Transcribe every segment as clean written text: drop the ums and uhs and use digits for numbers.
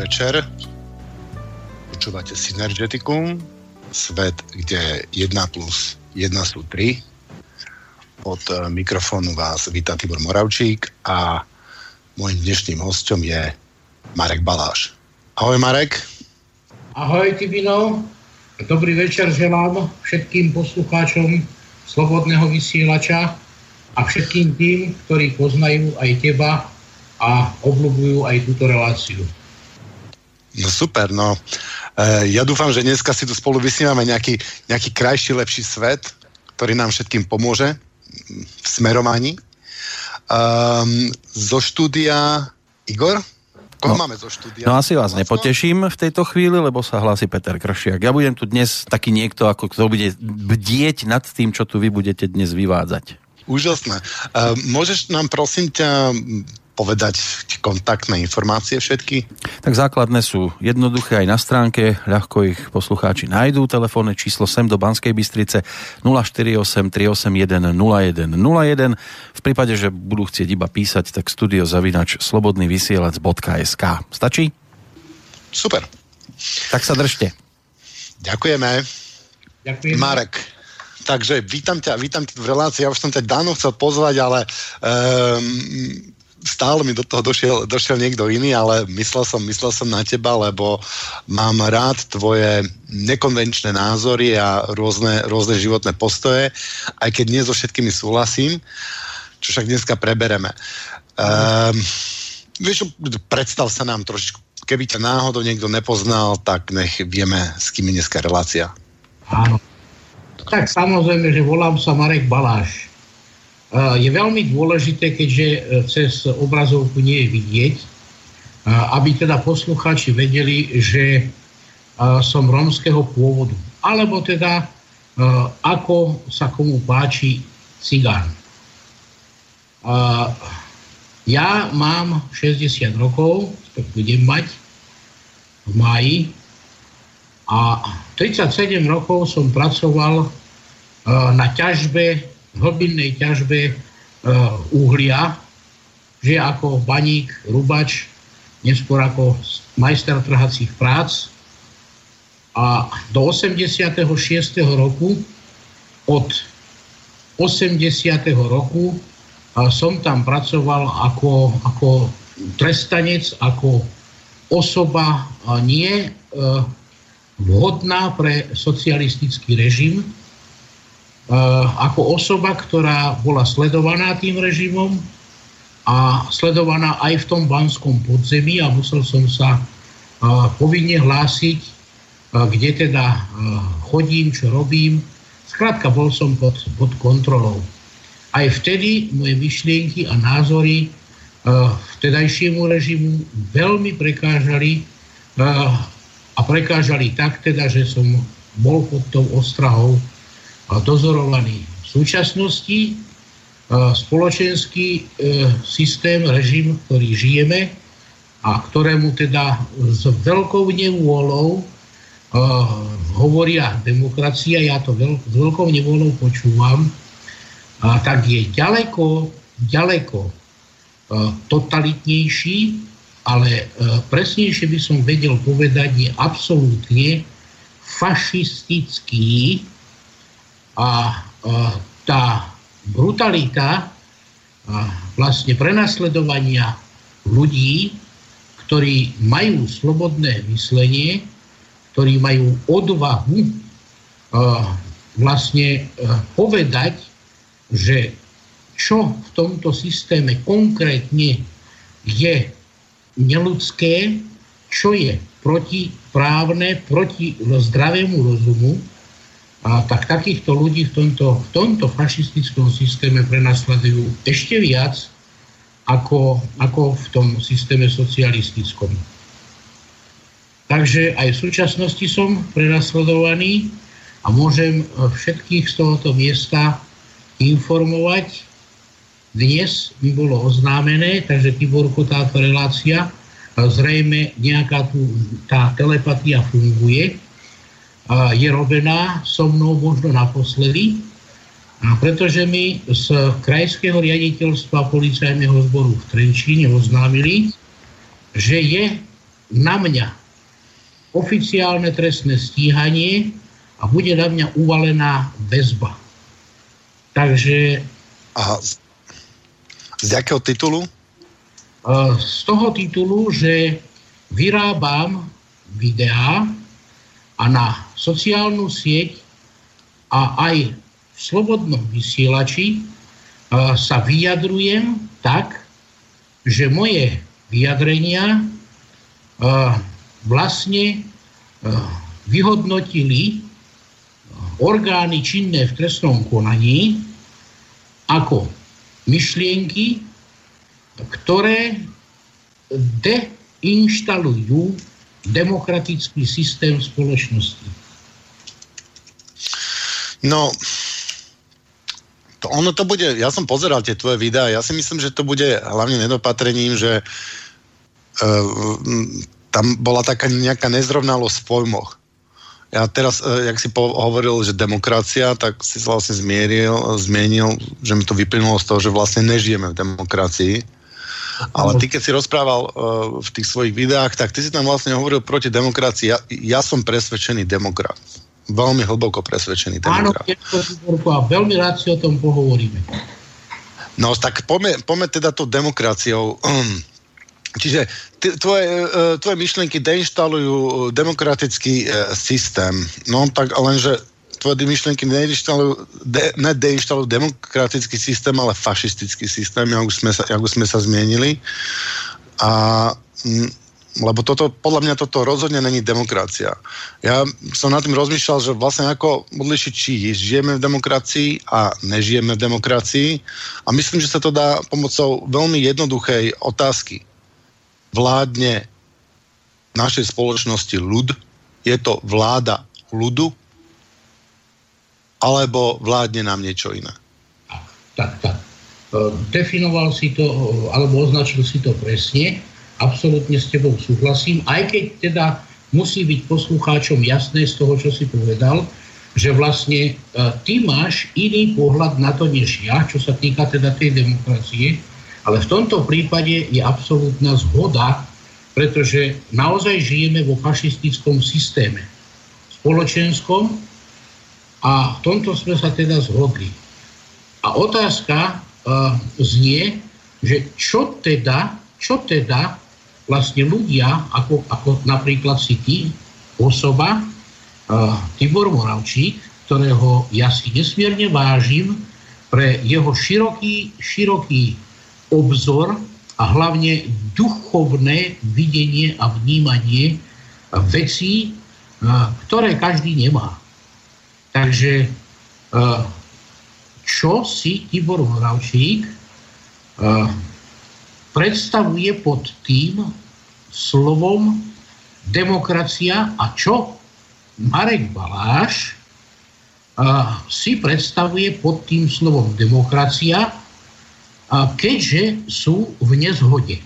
večer. Počúvate Synergeticum, svet, kde 1 plus 1 sú 3. Od mikrofónu vás víta Tibor Moravčík a môjim dnešným hosťom je Marek Baláš. Ahoj, Marek. Ahoj, Tibino. Dobrý večer želám všetkým poslucháčom Slobodného vysielača a všetkým tým, ktorí poznajú aj teba a obľúbujú aj túto reláciu. No super, no. Ja dúfam, že dneska si tu spolu vysnívame nejaký krajší, lepší svet, ktorý nám všetkým pomôže v smerovaní. Zo štúdia Igor? Koho máme zo štúdia? No asi vás nepoteším v tejto chvíli, lebo sa hlási Peter Kršiak. Ja budem tu dnes taký niekto, ako kto bude bdieť nad tým, čo tu vy budete dnes vyvádzať. Úžasné. Môžeš nám prosím ťa povedať kontaktné informácie všetky? Tak základné sú jednoduché aj na stránke, ľahko ich poslucháči nájdú. Telefónne číslo sem do Banskej Bystrice 048 381 0101. V prípade, že budú chcieť iba písať, tak studio@slobodnyvysielac.sk. Stačí? Super. Tak sa držte. Ďakujeme. Ďakujem. Marek. Takže vítam ťa v relácii. Ja už som ťa dávno chcel pozvať, ale stále mi do toho došiel niekto iný, ale myslel som na teba, lebo mám rád tvoje nekonvenčné názory a rôzne životné postoje, aj keď nie so všetkými súhlasím, čo však dneska prebereme. Vieš, predstav sa nám trošičku. Keby ťa náhodou niekto nepoznal, tak nech vieme, s kým je dneska relácia. Áno. Tak samozrejme, že volám sa Marek Baláš. Je veľmi dôležité, keďže cez obrazovku nie je vidieť, aby teda poslucháči vedeli, že som rómskeho pôvodu. Alebo teda, ako sa komu páči, cigán. Ja mám 60 rokov, to budem mať v máji, a 37 rokov som pracoval na hlbinnej ťažbe uhlia, že ako baník, rubač, neskôr ako majster trhacích prác. A do 86. roku, od 80. roku som tam pracoval ako trestanec, ako osoba nie vhodná pre socialistický režim, ako osoba, ktorá bola sledovaná tým režimom a sledovaná aj v tom banskom podzemí a musel som sa povinne hlásiť, kde teda chodím, čo robím. Skrátka, bol som pod kontrolou. Aj vtedy moje myšlienky a názory vtedajšiemu režimu veľmi prekážali a prekážali tak teda, že som bol pod tou ostrahou dozorovaný. V súčasnosti spoločenský systém, režim, ktorý žijeme a ktorému teda s veľkou nevôľou hovoria demokracia, ja to s veľkou nevôľou počúvam, tak je ďaleko totalitnejší, ale presnejšie by som vedel povedať, je absolútne fašistický. A tá brutalita vlastne prenasledovania ľudí, ktorí majú slobodné myslenie, ktorí majú odvahu vlastne povedať, že čo v tomto systéme konkrétne je neľudské, čo je protiprávne, proti zdravému rozumu, tak takýchto ľudí v tomto fašistickom systéme prenasledujú ešte viac ako v tom systéme socialistickom. Takže aj v súčasnosti som prenasledovaný a môžem všetkých z tohoto miesta informovať. Dnes mi bolo oznámené, takže Tiborko, táto relácia, zrejme nejaká tá telepatia funguje, je robená so mnou možno naposledy, pretože mi z Krajského riaditeľstva policajného zboru v Trenčíne oznámili, že je na mňa oficiálne trestné stíhanie a bude na mňa uvalená väzba. Takže... A z jakého titulu? Z toho titulu, že vyrábam videá a na sociálnu sieť a aj v slobodnom vysielači sa vyjadrujem tak, že moje vyjadrenia vlastne vyhodnotili orgány činné v trestnom konaní ako myšlienky, ktoré deinštalujú demokratický systém spoločnosti. No, ono to bude, ja som pozeral tie tvoje videá, ja si myslím, že to bude hlavne nedopatrením, že tam bola taká nejaká nezrovnalosť v pojmoch. Ja teraz, jak si hovoril, že demokracia, tak si sa vlastne zmienil, že mi to vyplynulo z toho, že vlastne nežijeme v demokracii. Ale ty, keď si rozprával v tých svojich videách, tak ty si tam vlastne hovoril proti demokracii. Ja som presvedčený demokrat. Veľmi hlboko presvedčený demokrat. Áno, a veľmi rád si o tom pohovoríme. No, tak poďme teda tou demokraciou. Čiže tvoje myšlienky deinštalujú demokratický systém. No, tak lenže tvoje myšlienky nedeinštalujú demokratický systém, ale fašistický systém, jak už sme sa zmienili. Lebo podľa mňa toto rozhodne není demokracia. Ja som nad tým rozmýšľal, že vlastne ako odlišiť, či žijeme v demokracii a nežijeme v demokracii. A myslím, že sa to dá pomocou veľmi jednoduchej otázky. Vládne v našej spoločnosti ľud? Je to vláda ľudu? Alebo vládne nám niečo iné? Tak. Definoval si to, alebo označil si to presne. Absolútne s tebou súhlasím, aj keď teda musí byť poslucháčom jasné z toho, čo si povedal, že vlastne ty máš iný pohľad na to, než ja, čo sa týka teda tej demokracie, ale v tomto prípade je absolútna zhoda, pretože naozaj žijeme vo fašistickom systéme spoločenskom a v tomto sme sa teda zhodli. A otázka znie, že čo teda vlastne ľudia, ako napríklad si ty, osoba, Tibor Moravčík, ktorého ja si nesmierne vážim pre jeho široký obzor a hlavne duchovné videnie a vnímanie vecí, ktoré každý nemá. Takže čo si Tibor Moravčík predstavuje pod tým slovom demokracia a čo Marek Baláš si predstavuje pod tým slovom demokracia, keďže sú v nezhode.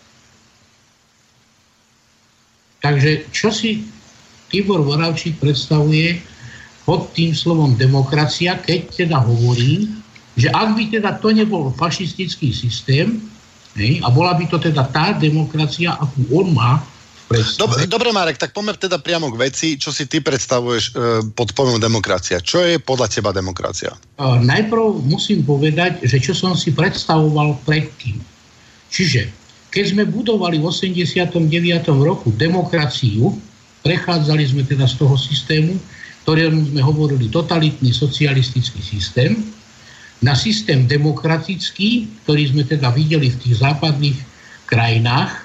Takže čo si Tibor Moravčík predstavuje pod tým slovom demokracia, keď teda hovorí, že ak by teda to nebol fašistický systém, a bola by to teda tá demokracia, akú on má v predstave. Dobre, Marek, tak poďme teda priamo k veci, čo si ty predstavuješ pod pojmom demokracia. Čo je podľa teba demokracia? Najprv musím povedať, že čo som si predstavoval predtým. Čiže, keď sme budovali v 89. roku demokraciu, prechádzali sme teda z toho systému, ktorému sme hovorili totalitný socialistický systém, na systém demokratický, ktorý sme teda videli v tých západných krajinách,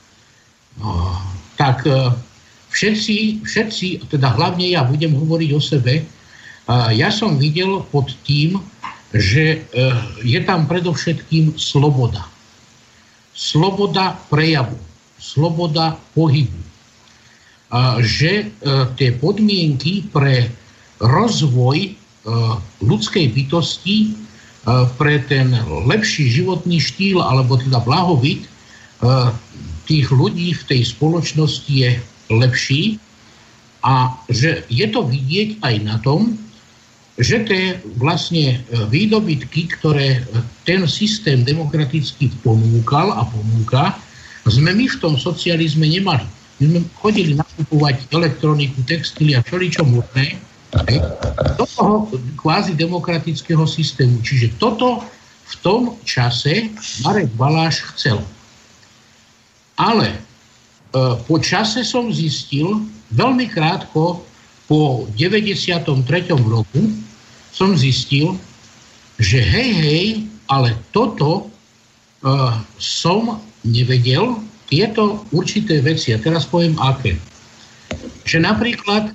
tak všetci, teda hlavne ja budem hovoriť o sebe, ja som videl pod tým, že je tam predovšetkým sloboda. Sloboda prejavu, sloboda pohybu. Že tie podmienky pre rozvoj ľudskej bytosti, pre ten lepší životný štýl alebo teda blahobyt tých ľudí v tej spoločnosti je lepší a že je to vidieť aj na tom, že tie vlastne výdobytky, ktoré ten systém demokratický ponúkal a ponúka, sme my v tom socializme nemali. My sme chodili nakupovať elektroniku, textily a všeličo možné do toho kvázi demokratického systému. Čiže toto v tom čase Marek Baláš chcel. Ale po čase som zistil, veľmi krátko po 93. roku som zistil, že hej, ale toto som nevedel, tieto určité veci. A teraz poviem aké. Že napríklad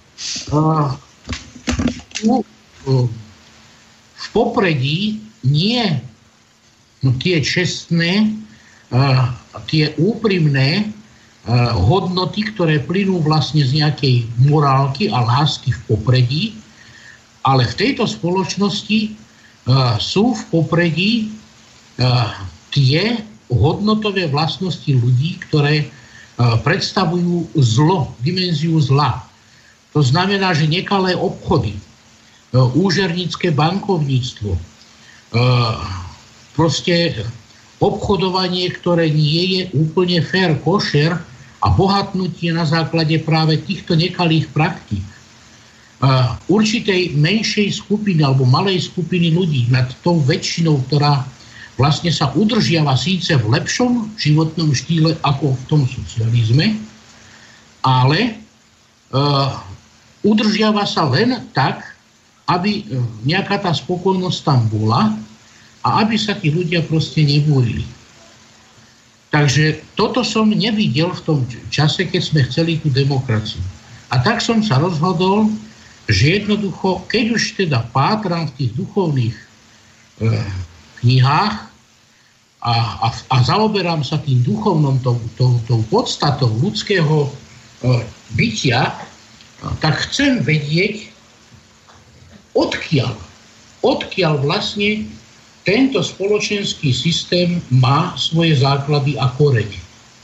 v popredí nie tie čestné, tie úprimné hodnoty, ktoré plynú vlastne z nejakej morálky a lásky v popredí, ale v tejto spoločnosti sú v popredí tie hodnotové vlastnosti ľudí, ktoré predstavujú zlo, dimenziu zla. To znamená, že nekalé obchody, úžernícke bankovníctvo, proste obchodovanie, ktoré nie je úplne fair, košer a bohatnutie na základe práve týchto nekalých praktík. Určitej menšej skupiny alebo malej skupiny ľudí nad tou väčšinou, ktorá vlastne sa udržiava síce v lepšom životnom štýle ako v tom socializme, ale udržiava sa len tak, aby nejaká tá spokojnosť tam bola a aby sa tí ľudia proste nebúrili. Takže toto som nevidel v tom čase, keď sme chceli tú demokraciu. A tak som sa rozhodol, že jednoducho, keď už teda pátram v tých duchovných knihách a zaoberám sa tým duchovnom, tou podstatou ľudského bytia, tak chcem vedieť, odkiaľ vlastne tento spoločenský systém má svoje základy a korene.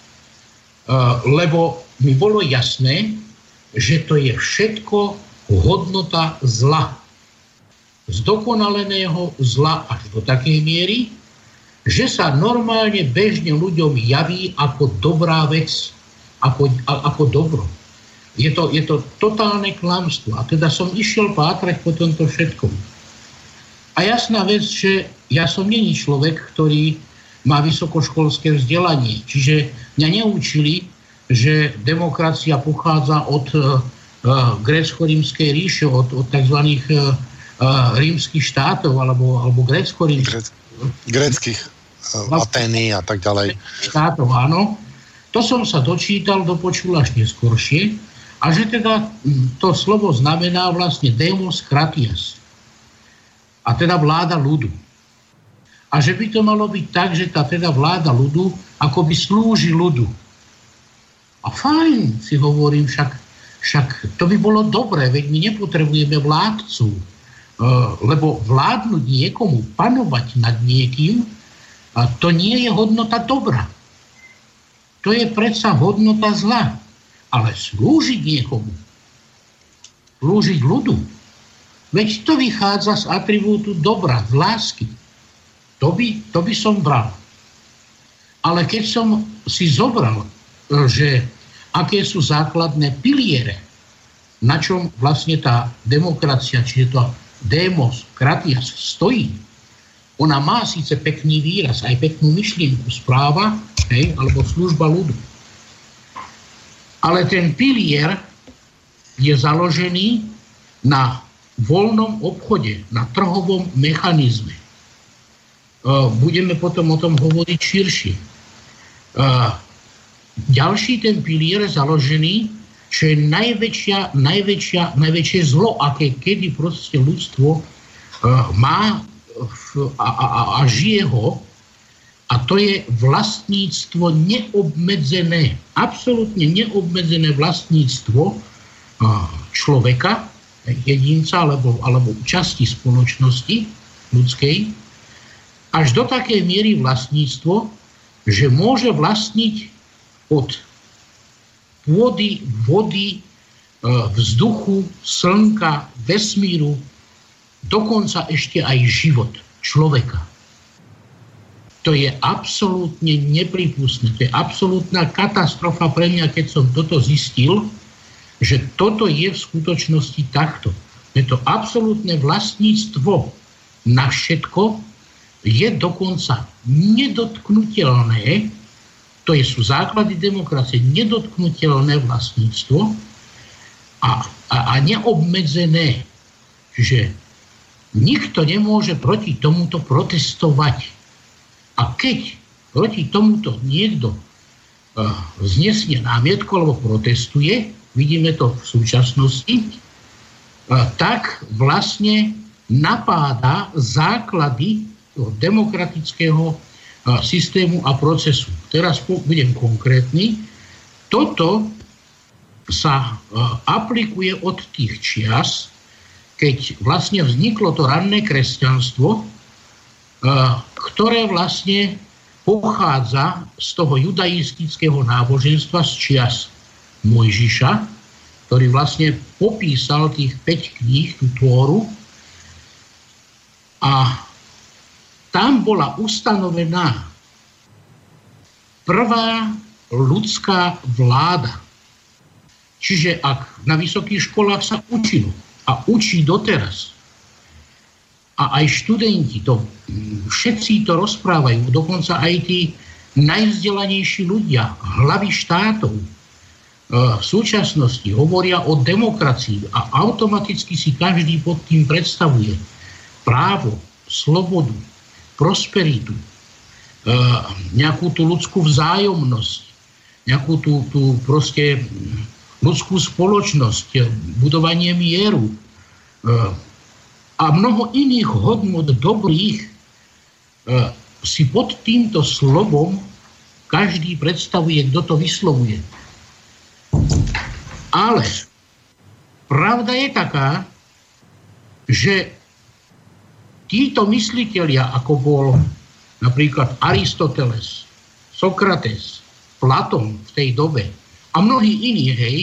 Lebo mi bolo jasné, že to je všetko hodnota zla. Zdokonaleného zla až do takej miery, že sa normálne bežne ľuďom javí ako dobrá vec, ako dobro. Je to totálne klamstvo. A teda som išiel pátrať po tomto všetkom. A jasná vec, že ja som není človek, ktorý má vysokoškolské vzdelanie. Čiže mňa neučili, že demokracia pochádza od grécko-rímskej ríše, od tzv. Rímskych štátov alebo grécko-rímskych. Gréckych, Atény a tak ďalej. Štátov, áno. To som sa dočítal, dopočul až neskoršie. A že teda to slovo znamená vlastne demos kratias. A teda vláda ľudu. A že by to malo byť tak, že tá teda vláda ľudu akoby slúži ľudu. A fajn, si hovorím, však to by bolo dobré, veď my nepotrebujeme vládcu, lebo vládnuť niekomu, panovať nad niekým, to nie je hodnota dobra. To je predsa hodnota zla. Ale slúžiť niekomu, slúžiť ľudu, veď to vychádza z atribútu dobra, z lásky. To by som bral. Ale keď som si zobral, že aké sú základné piliere, na čom vlastne tá demokracia, čiže to demos, kratias stojí, ona má síce pekný výraz, aj peknú myšlienku, správa, alebo služba ľudu. Ale ten pilier je založený na voľnom obchode, na trhovom mechanizme. Budeme potom o tom hovoriť širšie. Ďalší ten pilier je založený, čo je najväčšie zlo, aké kedy proste ľudstvo má a žije ho, a to je vlastníctvo neobmedzené, absolútne neobmedzené vlastníctvo človeka, jedinca alebo časti spoločnosti ľudskej, až do takej miery vlastníctvo, že môže vlastniť od pôdy, vody, vzduchu, slnka, vesmíru, dokonca ešte aj život človeka. To je absolútne nepripustné. To je absolútna katastrofa pre mňa, keď som toto zistil, že toto je v skutočnosti takto. Je to absolútne vlastníctvo na všetko, je dokonca nedotknutelné, to sú základy demokracie, nedotknutelné vlastníctvo a neobmedzené, že nikto nemôže proti tomuto protestovať. A keď proti tomuto niekto vznesie námietku alebo protestuje, vidíme to v súčasnosti, tak vlastne napáda základy demokratického systému a procesu. Teraz budem konkrétny. Toto sa aplikuje od tých čias, keď vlastne vzniklo to ranné kresťanstvo, ktoré vlastne pochádza z toho judaistického náboženstva z čias Mojžiša, ktorý vlastne popísal tých 5 kníh, tú Tóru, a tam bola ustanovená prvá ľudská vláda. Čiže ak na vysokých školách sa učilo a učí doteraz, a aj študenti to, všetci to rozprávajú, dokonca aj tí najvzdelanejší ľudia, hlavy štátov v súčasnosti hovoria o demokracii a automaticky si každý pod tým predstavuje právo, slobodu, prosperitu, nejakú tú ľudskú vzájomnosť, nejakú tú proste ľudskú spoločnosť, budovanie mieru, a mnoho iných hodnot dobrých si pod týmto slovom každý predstavuje, kto to vyslovuje. Ale pravda je taká, že títo myslitelia, ako bol napríklad Aristoteles, Sokrates, Platón v tej dobe a mnohí iní, hej,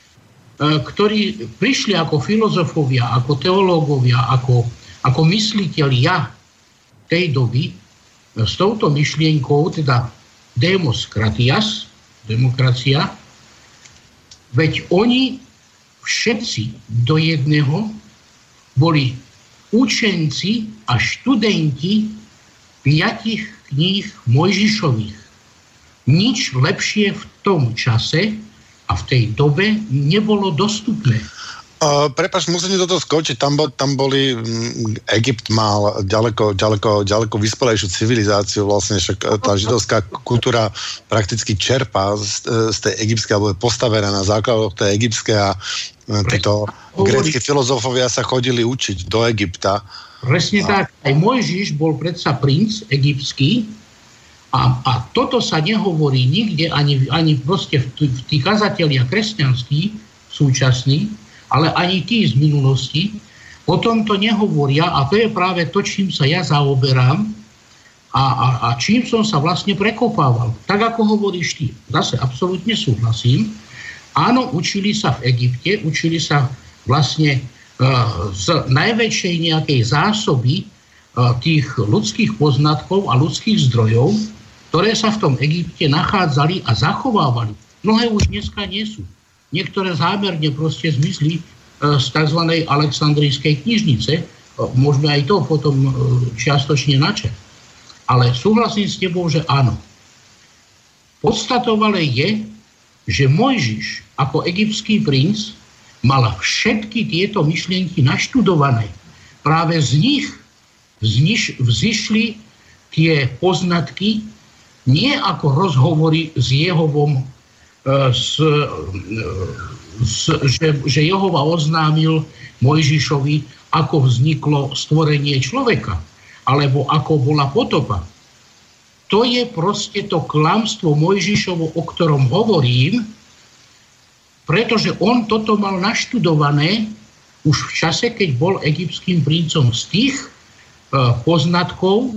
ktorí prišli ako filozofovia, ako teológovia, ako myslitelia tej doby s touto myšlienkou, teda demos gratias, demokracia, veď oni všetci do jedného boli učenci a študenti 5 kníh Mojžišových. Nič lepšie v tom čase a v tej dobe nebolo dostupné. Prepáč, musím do toho skočiť. Tam boli, Egypt mal ďaleko vyspelejšiu civilizáciu, vlastne však tá židovská kultúra prakticky čerpá z tej egyptskej, alebo je postavená na základoch tej egyptskej a títo grécki filozofovia sa chodili učiť do Egypta. Presne tak. Aj Mojžiš bol predsa princ egyptský a toto sa nehovorí nikde, ani proste v tých kazatelia kresťanskí súčasní, ale ani tí z minulosti, o tom to nehovoria a to je práve to, čím sa ja zaoberám a čím som sa vlastne prekopával. Tak ako hovoríš ty, zase absolútne súhlasím. Áno, učili sa v Egypte, učili sa vlastne z najväčšej nejakej zásoby tých ľudských poznatkov a ľudských zdrojov, ktoré sa v tom Egypte nachádzali a zachovávali. Mnohé už dneska nie sú. Niektoré zámerne proste zmizli z tzv. Alexandrijskej knižnice. Môžeme aj to potom čiastočne načať. Ale súhlasím s tebou, že áno. Podstatovalé je, že Mojžiš ako egyptský princ mal všetky tieto myšlienky naštudované. Práve z nich vzišli tie poznatky nie ako rozhovory s Jehovom, že Jehova oznámil Mojžišovi, ako vzniklo stvorenie človeka, alebo ako bola potopa. To je proste to klamstvo Mojžišovo, o ktorom hovorím, pretože on toto mal naštudované už v čase, keď bol egyptským princom z tých poznatkov,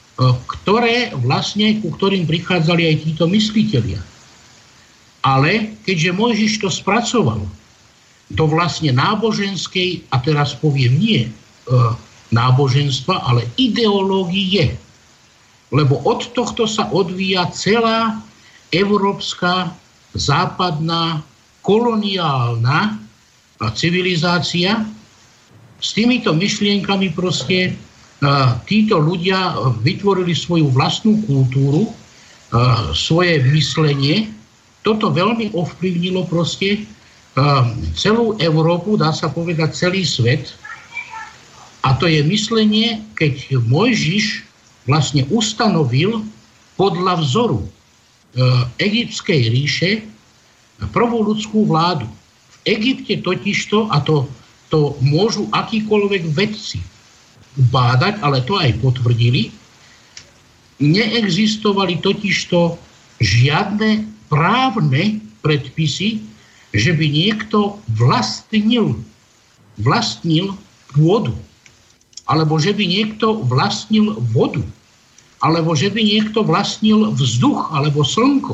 ku ktorým prichádzali aj títo myslitelia. Ale keďže Mojžiš to spracoval do vlastne náboženskej, a teraz poviem nie náboženstva, ale ideológie, Lebo od tohto sa odvíja celá európska, západná, koloniálna civilizácia. S týmito myšlienkami proste títo ľudia vytvorili svoju vlastnú kultúru, svoje myslenie. Toto veľmi ovplyvnilo proste celú Európu, dá sa povedať celý svet. A to je myslenie, keď Mojžiš vlastne ustanovil podľa vzoru Egyptskej ríše prvú ľudskú vládu. V Egypte totižto, a to môžu akýkoľvek vedci bádať, ale to aj potvrdili, neexistovali totižto žiadne právne predpisy, že by niekto vlastnil pôdu, alebo že by niekto vlastnil vodu, alebo že by niekto vlastnil vzduch alebo slnko.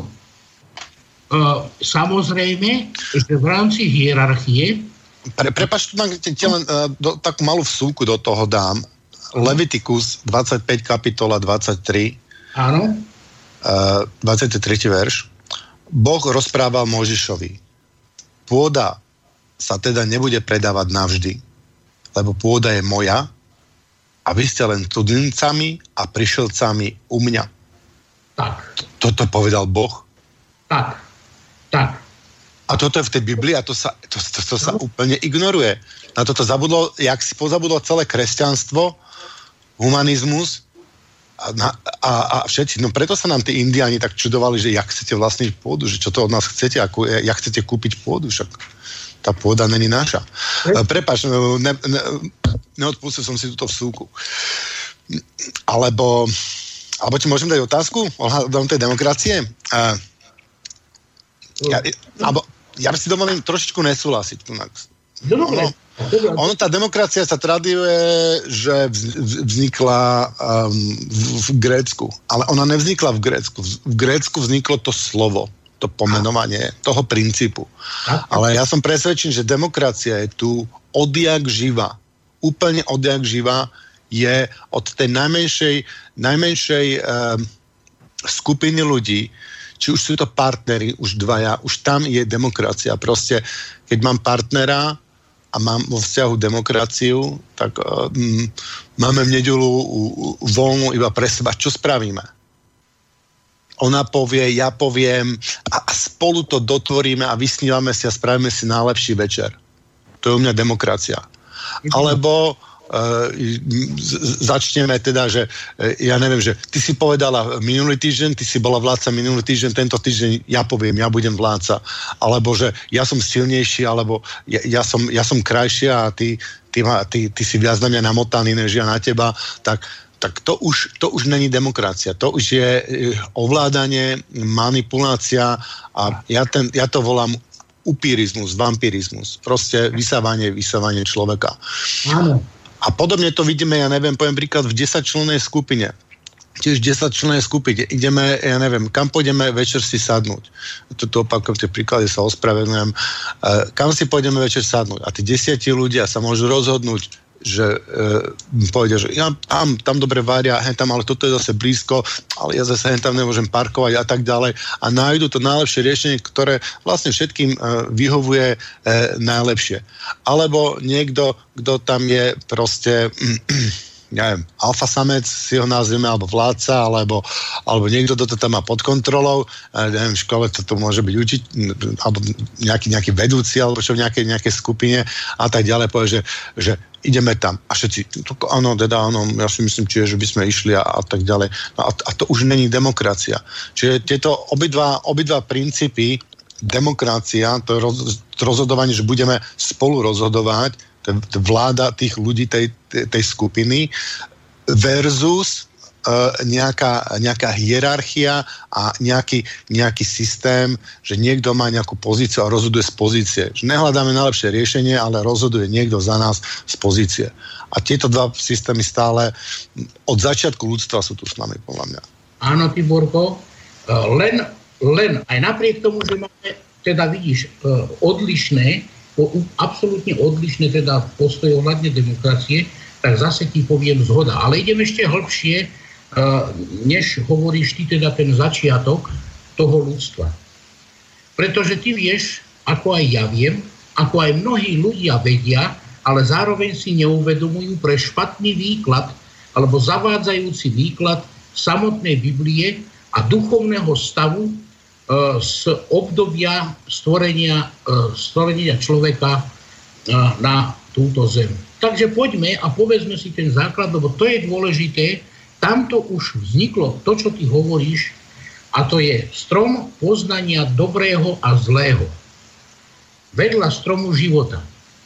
Samozrejme, že v rámci hierarchie... Prepáč, tu len takú malú vsúku do toho dám. Leviticus 25 kapitola 23. Áno. 23. verš. Boh rozprával Mojžišovi: pôda sa teda nebude predávať navždy, lebo pôda je moja a vy ste len cudzincami a prišelcami u mňa. Tak. Toto povedal Boh. Tak. A toto je v tej Biblii a to sa úplne ignoruje. Na toto zabudlo, jak si pozabudlo celé kresťanstvo, humanizmus a všetci. No preto sa nám tí Indiáni tak čudovali, že jak chcete vlastniť pôdu, že čo to od nás chcete, jak chcete kúpiť pôdu, však tá pôda není naša. Prepáč, neodpustil som si túto vsúku. Alebo ti môžem dať otázku ohľadom tej demokracie? Ja si dovolím trošičku nesúhlasiť. Ono, tá demokracia sa traduje, že vznikla v Grécku. Ale ona nevznikla v Grécku. V Grécku vzniklo to slovo, to pomenovanie toho princípu. Ale ja som presvedčený, že demokracia je tu odjak živa. Úplne odjak živa je od tej najmenšej skupiny ľudí, či už sú to partneri, už dvaja, už tam je demokracia. Proste, keď mám partnera a mám vo vzťahu demokraciu, tak máme v nedeľu voľnú iba pre seba. Čo spravíme? Ona povie, ja poviem a spolu to dotvoríme a vysnívame si a spravíme si najlepší večer. To je u mňa demokracia. Alebo začneme teda, že ja neviem, že ty si povedala minulý týždeň, ty si bola vládca minulý týždeň, tento týždeň ja poviem, ja budem vládca. Alebo že ja som silnejší, alebo ja som krajšia a ty si viac na mňa namotaný, než ja na teba, tak to už není demokracia. To už je ovládanie, manipulácia a ja to volám upírizmus, vampirizmus. Proste vysávanie človeka. Áno. A podobne to vidíme, ja neviem, poviem príklad v 10-člennej skupine. Tiež 10-člennej skupine. Ideme, ja neviem, kam pôjdeme večer si sadnúť. Toto opakujem, v tej príklade sa ospravedlňujem. Kam si pôjdeme večer sadnúť? A tí 10 ľudia sa môžu rozhodnúť, že povedia, že ja tam dobre varia, tam, ale toto je zase blízko, ale ja zase tam nemôžem parkovať a tak ďalej. A nájdu to najlepšie riešenie, ktoré vlastne všetkým vyhovuje najlepšie. Alebo niekto, kto tam je proste neviem, alfasamec si ho nazveme, alebo vládca, alebo niekto, kto to tam má pod kontrolou, neviem, v škole to môže byť alebo nejaký vedúci, alebo čo v nejakej skupine a tak ďalej, povie, že ideme tam. A všetci, áno, ja si myslím, že by sme išli a tak ďalej. No a to už není demokracia. Čiže tieto obidva princípy, demokracia, to je rozhodovanie, že budeme spolu rozhodovať, vláda tých ľudí, tej skupiny versus nejaká hierarchia a nejaký systém, že niekto má nejakú pozíciu a rozhoduje z pozície. Že nehľadáme najlepšie riešenie, ale rozhoduje niekto za nás z pozície. A tieto dva systémy stále od začiatku ľudstva sú tu s nami, podľa mňa. Áno, Tiborko, len aj napriek tomu, že máme, teda vidíš, absolútne odlišné teda postoje ohľadne demokracie, tak zase ti poviem zhoda. Ale idem ešte hlbšie než hovoríš ty teda ten začiatok toho ľudstva. Pretože ty vieš, ako aj ja viem, ako aj mnohí ľudia vedia, ale zároveň si neuvedomujú pre špatný výklad alebo zavádzajúci výklad samotnej Biblie a duchovného stavu z obdobia stvorenia človeka na túto zem. Takže poďme a povedzme si ten základ, lebo to je dôležité. Tamto už vzniklo to, čo ty hovoríš, a to je strom poznania dobrého a zlého. Vedľa stromu života.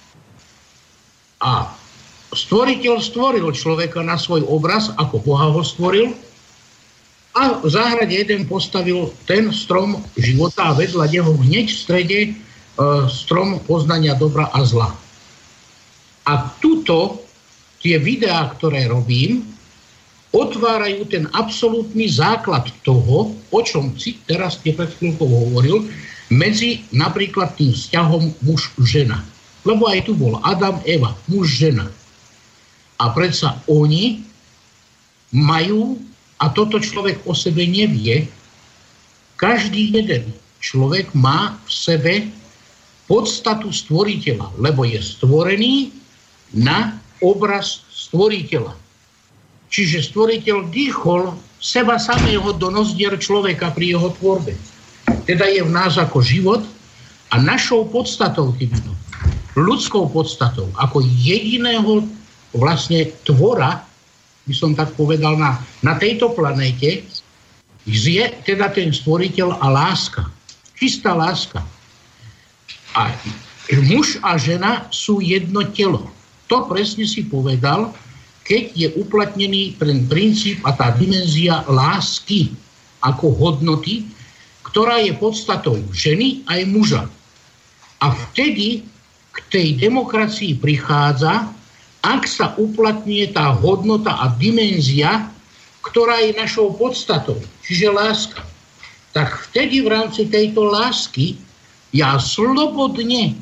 A stvoriteľ stvoril človeka na svoj obraz, ako Boha ho stvoril, a v záhrade Eden postavil ten strom života a vedľa neho hneď v strede strom poznania dobra a zla. A tuto tie videá, ktoré robím, otvárajú ten absolútny základ toho, o čom si teraz pred chvíľkou hovoril, medzi napríklad tým vzťahom muž-žena. Lebo aj tu bol Adam, Eva, muž-žena. A predsa oni majú, a toto človek o sebe nevie, každý jeden človek má v sebe podstatu stvoriteľa, lebo je stvorený na obraz stvoriteľa. Čiže stvoriteľ dýchol seba samého do nozdier človeka pri jeho tvorbe. Teda je v nás ako život a našou podstatou, ľudskou podstatou, ako jediného vlastne tvora, by som tak povedal, na tejto planéte, je teda ten stvoriteľ a láska. Čistá láska. A muž a žena sú jedno telo. To presne si povedal, keď je uplatnený ten princíp a tá dimenzia lásky ako hodnoty, ktorá je podstatou ženy aj muža. A vtedy k tej demokracii prichádza, ak sa uplatňuje tá hodnota a dimenzia, ktorá je našou podstatou, čiže láska. Tak vtedy v rámci tejto lásky ja slobodne,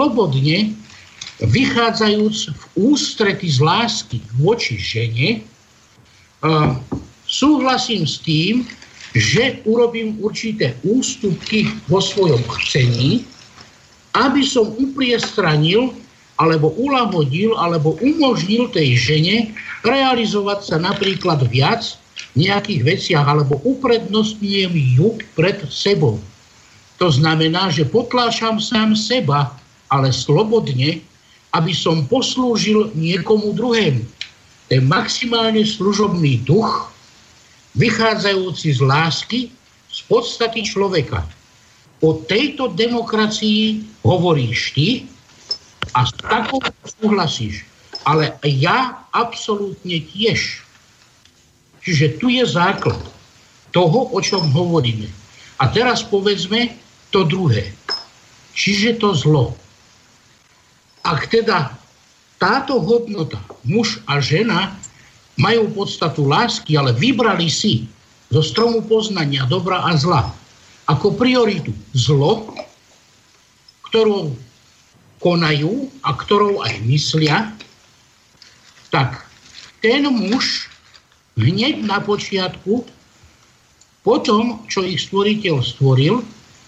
vychádzajúc v ústrety z lásky voči žene, súhlasím s tým, že urobím určité ústupky vo svojom chcení, aby som upriestranil, alebo uľahodil, alebo umožnil tej žene realizovať sa napríklad viac v nejakých veciach, alebo uprednostňujem ju pred sebou. To znamená, že potláčam sám seba, ale slobodne, aby som poslúžil niekomu druhému. To je maximálne služobný duch, vychádzajúci z lásky, z podstaty človeka. O tejto demokracii hovoríš ty a s takou súhlasíš. Ale ja absolútne tiež. Čiže tu je základ toho, o čom hovoríme. A teraz povedzme to druhé. Čiže to zlo. Ak teda táto hodnota, muž a žena, majú podstatu lásky, ale vybrali si zo stromu poznania dobra a zla ako prioritu zlo, ktorou konajú a ktorou aj myslia, tak ten muž hneď na počiatku, po tom, čo ich stvoriteľ stvoril,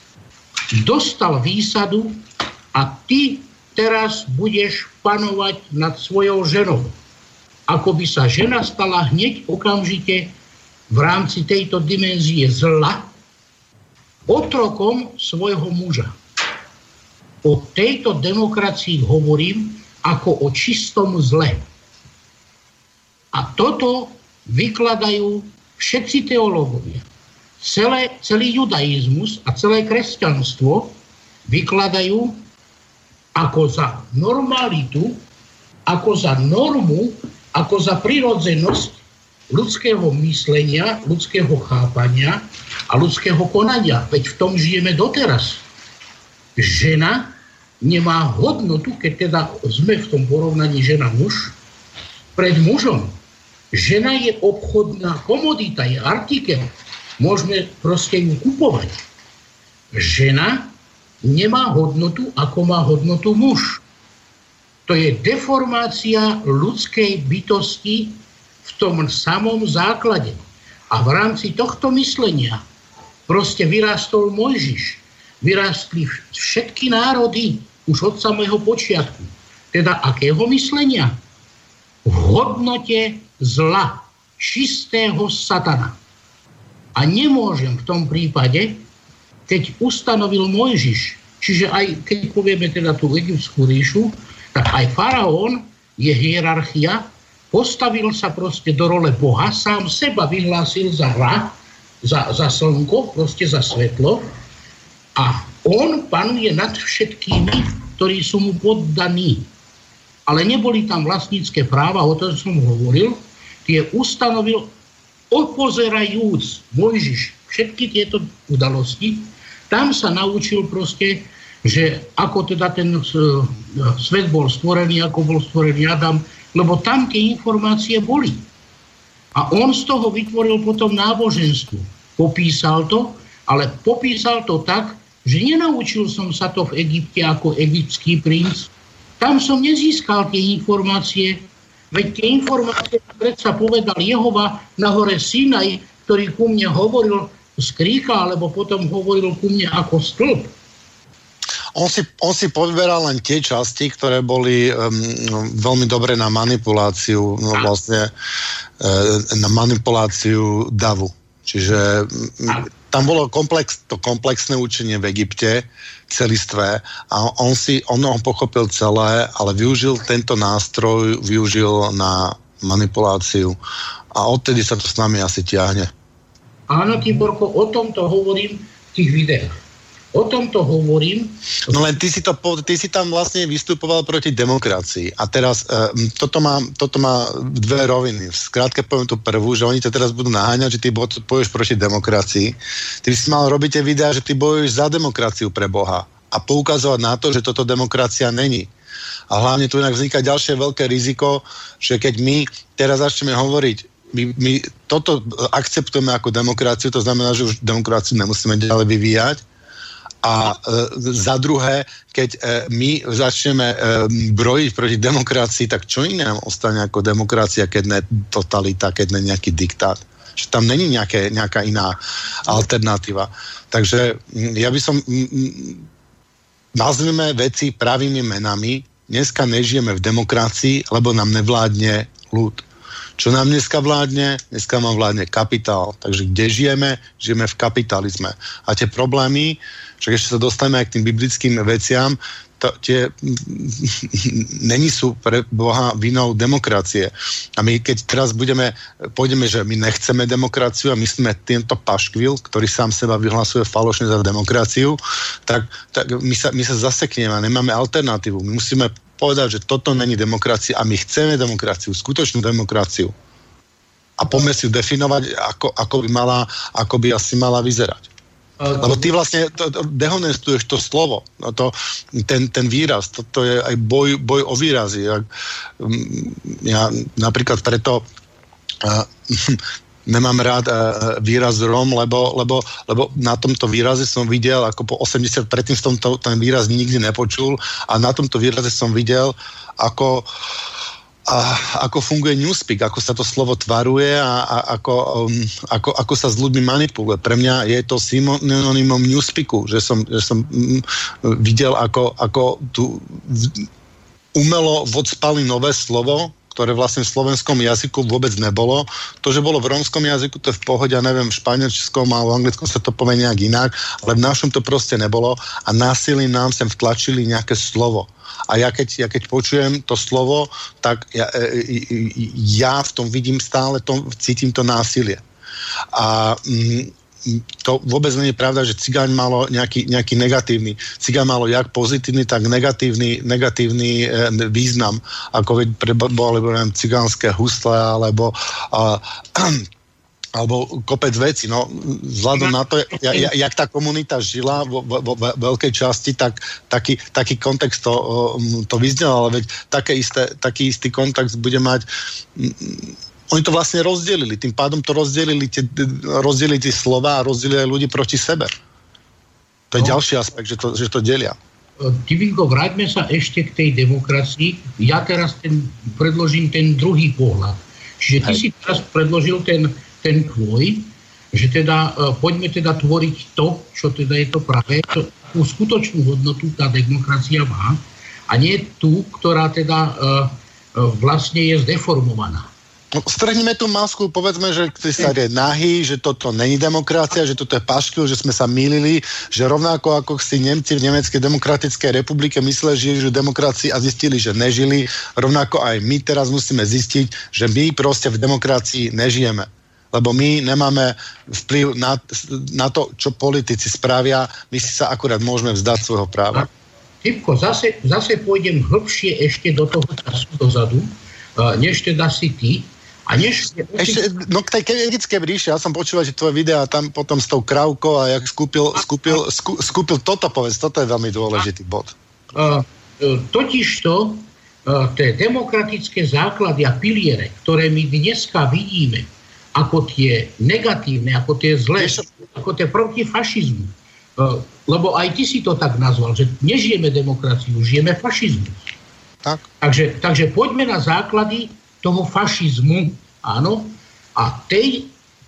dostal výsadu a ty teraz budeš panovať nad svojou ženou. Ako by sa žena stala hneď okamžite v rámci tejto dimenzie zla otrokom svojho muža. O tejto demokracii hovorím ako o čistom zle. A toto vykladajú všetci teológovia. Celý judaizmus a celé kresťanstvo vykladajú ako za normalitu, ako za normu, ako za prirodzenosť ľudského myslenia, ľudského chápania a ľudského konania. Veď v tom žijeme doteraz. Žena nemá hodnotu, keď teda sme v tom porovnaní žena-muž, pred mužom. Žena je obchodná komodita, je artikel. Môžeme proste ju kupovať. Žena nemá hodnotu, ako má hodnotu muž. To je deformácia ľudskej bytosti v tom samom základe. A v rámci tohto myslenia proste vyrástol Mojžiš. Vyrástli všetky národy už od samého počiatku. Teda akého myslenia? V hodnote zla, čistého satana. A nemôžem v tom prípade, keď ustanovil Mojžiš, čiže aj keď povieme teda tú egyptskú ríšu, tak aj faraón je hierarchia, postavil sa proste do role Boha, sám seba vyhlásil za Ra, za slnko, proste za svetlo a on panuje nad všetkými, ktorí sú mu poddaní. Ale neboli tam vlastnícke práva, o tom som hovoril, tie ustanovil opozerajúc Mojžiš všetky tieto udalosti. Tam sa naučil proste, že ako teda ten svet bol stvorený, ako bol stvorený Adam, lebo tam tie informácie boli. A on z toho vytvoril potom náboženstvo. Popísal to, ale popísal to tak, že nenaučil som sa to v Egypte ako egyptský princ. Tam som nezískal tie informácie, veď tie informácie predsa povedal Jehova na hore Sinaj, ktorý ku mne hovoril z kríka, alebo potom hovoril ku mne ako stĺp. On si poberal len tie časti, ktoré boli veľmi dobré na manipuláciu, vlastne na manipuláciu davu. Čiže tam bolo komplexné učenie v Egypte, celistvé, a on ho pochopil celé, ale využil tento nástroj, využil na manipuláciu a odtedy sa to s nami asi ťahne. Áno, Tiborko, o tomto hovorím v tých videách. O tomto hovorím. No len ty si tam vlastne vystupoval proti demokracii. A teraz toto má dve roviny. Skrátke poviem tú prvú, že oni to teraz budú naháňať, že ty bojuješ proti demokracii. Ty by si mal robiť tie videá, že ty bojuješ za demokraciu pre Boha a poukazovať na to, že toto demokracia není. A hlavne tu inak vzniká ďalšie veľké riziko, že keď my teraz začneme hovoriť, my toto akceptujeme ako demokraciu, to znamená, že už demokraciu nemusíme ďalej vyvíjať. A za druhé, keď my začneme brojiť proti demokracii, tak čo iné nám ostane ako demokracia, keď ne totalita, keď ne nejaký diktát? Že tam není nejaká iná alternatíva. Takže ja by som... Nazvime veci pravými menami. Dneska nežijeme v demokracii, lebo nám nevládne ľud. Čo nám dneska vládne? Dneska nám vládne kapitál. Takže kde žijeme? Žijeme v kapitalizme. A tie problémy, však ešte sa dostaneme aj k tým biblickým veciam, tie není sú pre Boha vinou demokracie. A my keď teraz pôjdeme, že my nechceme demokraciu a my sme tento paškvil, ktorý sám seba vyhlasuje falošne za demokraciu, tak my sa zasekneme a nemáme alternatívu. My musíme povedať, že toto není demokracia a my chceme demokraciu, skutočnú demokraciu. A poďme si ju definovať, ako by asi mala vyzerať. Lebo ty vlastne dehonestuješ to slovo, ten výraz, to je aj boj o výrazy. Ja napríklad preto nemám rád výraz Rom, lebo na tomto výraze som videl, ako po 80, predtým som ten výraz nikdy nepočul a na tomto výraze som videl, ako funguje newspeak, ako sa to slovo tvaruje a ako sa s ľuďmi manipuluje. Pre mňa je to synonymom newspeaku, že som videl, ako tu umelo vodspali nové slovo, ktoré vlastne v slovenskom jazyku vôbec nebolo. To, že bolo v rómskom jazyku, to je v pohode, ja neviem, v španielskom a v anglickom sa to povie nejak inak, ale v našom to proste nebolo a násilím nám sem vtlačili nejaké slovo. A ja keď počujem to slovo, tak ja v tom vidím stále, cítim to násilie. A to vôbec nie je pravda, že cigáň malo nejaký negatívny. Cigáň malo jak pozitívny, tak negatívny význam. Ako boli cigánske husle, alebo kopec veci. No, vzhľadom na to, jak tá komunita žila vo veľkej časti, tak taký kontext to vyznel, ale veď taký istý kontext bude mať... Oni to vlastne rozdelili, tým pádom to rozdelili tie slova a rozdelili ľudí proti sebe. To je ďalší aspekt, že to delia. Tivinko, vráťme sa ešte k tej demokracii. Ja teraz predložím ten druhý pohľad. Čiže ty si teraz predložil ten tvoj, že teda poďme teda tvoriť to, čo teda je to pravé, tú skutočnú hodnotu tá demokracia má, a nie tú, ktorá teda vlastne je zdeformovaná. No, strhneme tú masku, povedzme, že ty sa je nahý, že toto není demokracia, že toto je paškvil, že sme sa mýlili, že rovnako ako si Nemci v Nemeckej demokratickej republike mysleli, že žijú demokracii a zistili, že nežili, rovnako aj my teraz musíme zistiť, že my proste v demokracii nežijeme. Lebo my nemáme vplyv na to, čo politici spravia, my si sa akurát môžeme vzdať svojho práva. Typko, zase pôjdem hlbšie ešte do toho času dozadu, než teda si ty. A než... Ešte, no k tej egyptskej ríši, ja som počúval, že tvoje videá tam potom s tou krávkou a jak skúpil toto, povedz, toto je veľmi dôležitý bod. Totižto tie demokratické základy a piliere, ktoré my dneska vidíme, ako tie negatívne, ako tie zlé, ako tie proti fašizmu, lebo aj ty si to tak nazval, že nežijeme demokraciu, žijeme fašizmus. Tak. Takže poďme na základy toho fašizmu, áno, a tej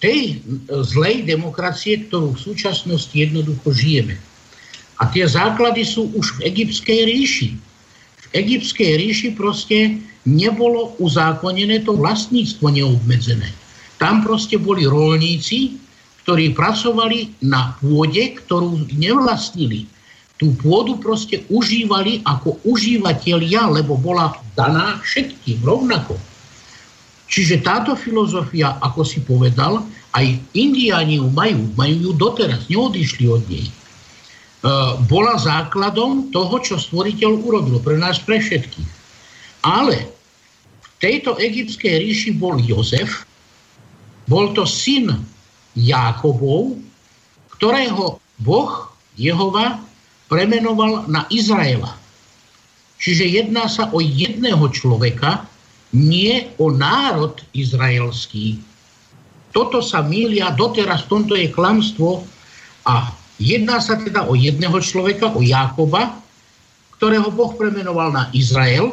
zlej demokracie, ktorú v súčasnosti jednoducho žijeme. A tie základy sú už v egyptskej ríši. V egyptskej ríši proste nebolo uzákonené to vlastníctvo neobmedzené. Tam proste boli roľníci, ktorí pracovali na pôde, ktorú nevlastnili. Tú pôdu proste užívali ako užívateľia, lebo bola daná všetkým rovnako. Čiže táto filozofia, ako si povedal, aj Indiáni ju majú ju doteraz, neodišli od nej. Bola základom toho, čo stvoriteľ urobil pre nás, pre všetkých. Ale v tejto egyptskej ríši bol Jozef, bol to syn Jákobov, ktorého Boh, Jehova, premenoval na Izraela. Čiže jedná sa o jedného človeka, nie o národ izraelský. Toto sa mýlia, doteraz v tomto je klamstvo a jedná sa teda o jedného človeka, o Jákoba, ktorého Boh premenoval na Izrael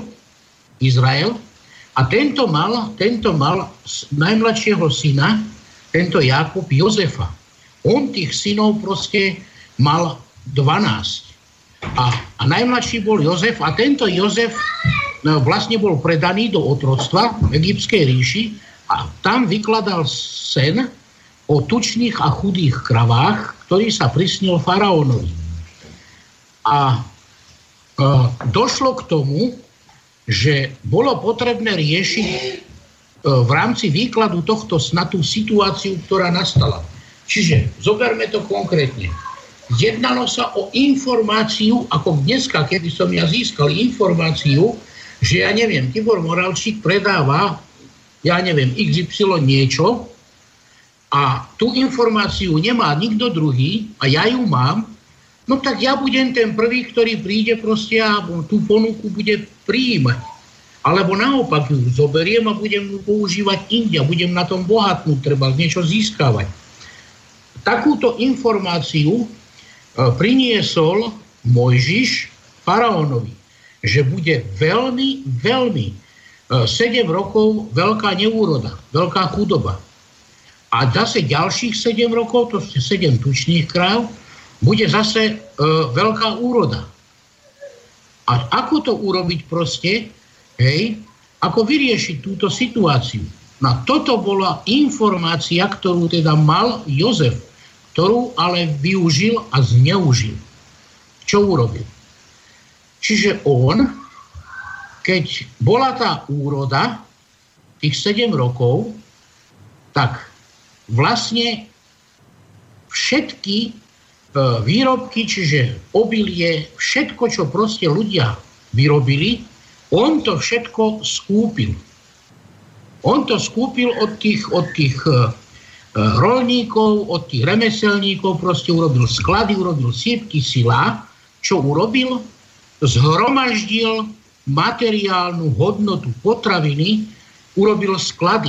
a tento mal najmladšieho syna, tento Jákob, Jozefa. On tých synov proste mal 12. A najmladší bol Jozef a tento Jozef vlastne bol predaný do otroctva v egyptskej ríši a tam vykladal sen o tučných a chudých kravách, ktorý sa prisnil faraónovi. A došlo k tomu, že bolo potrebné riešiť v rámci výkladu tohto sna tú situáciu, ktorá nastala. Čiže zoberme to konkrétne. Jednalo sa o informáciu, ako dneska, keby som ja získal informáciu, že ja neviem, Tibor Moravčík predáva, ja neviem, XY niečo a tú informáciu nemá nikto druhý a ja ju mám, no tak ja budem ten prvý, ktorý príde proste a tú ponuku bude prijímať. Alebo naopak ju zoberiem a budem ju používať inde, budem na tom bohatnúť, treba niečo získavať. Takúto informáciu priniesol Mojžiš faraónovi, že bude veľmi, veľmi 7 rokov veľká neúroda, veľká chudoba. A zase ďalších 7 rokov, to je 7 tučných kráv, bude zase veľká úroda. A ako to urobiť proste, ako vyriešiť túto situáciu? No toto bola informácia, ktorú teda mal Jozef, ktorú ale využil a zneužil. Čo urobil? Čiže on, keď bola tá úroda, tých 7 rokov, tak vlastne všetky výrobky, čiže obilie, všetko, čo proste ľudia vyrobili, on to všetko skúpil. On to skúpil od tých roľníkov, od tých remeselníkov, proste urobil sklady, urobil siepky, silá. Čo urobil? Zhromaždil materiálnu hodnotu potraviny, urobil sklady.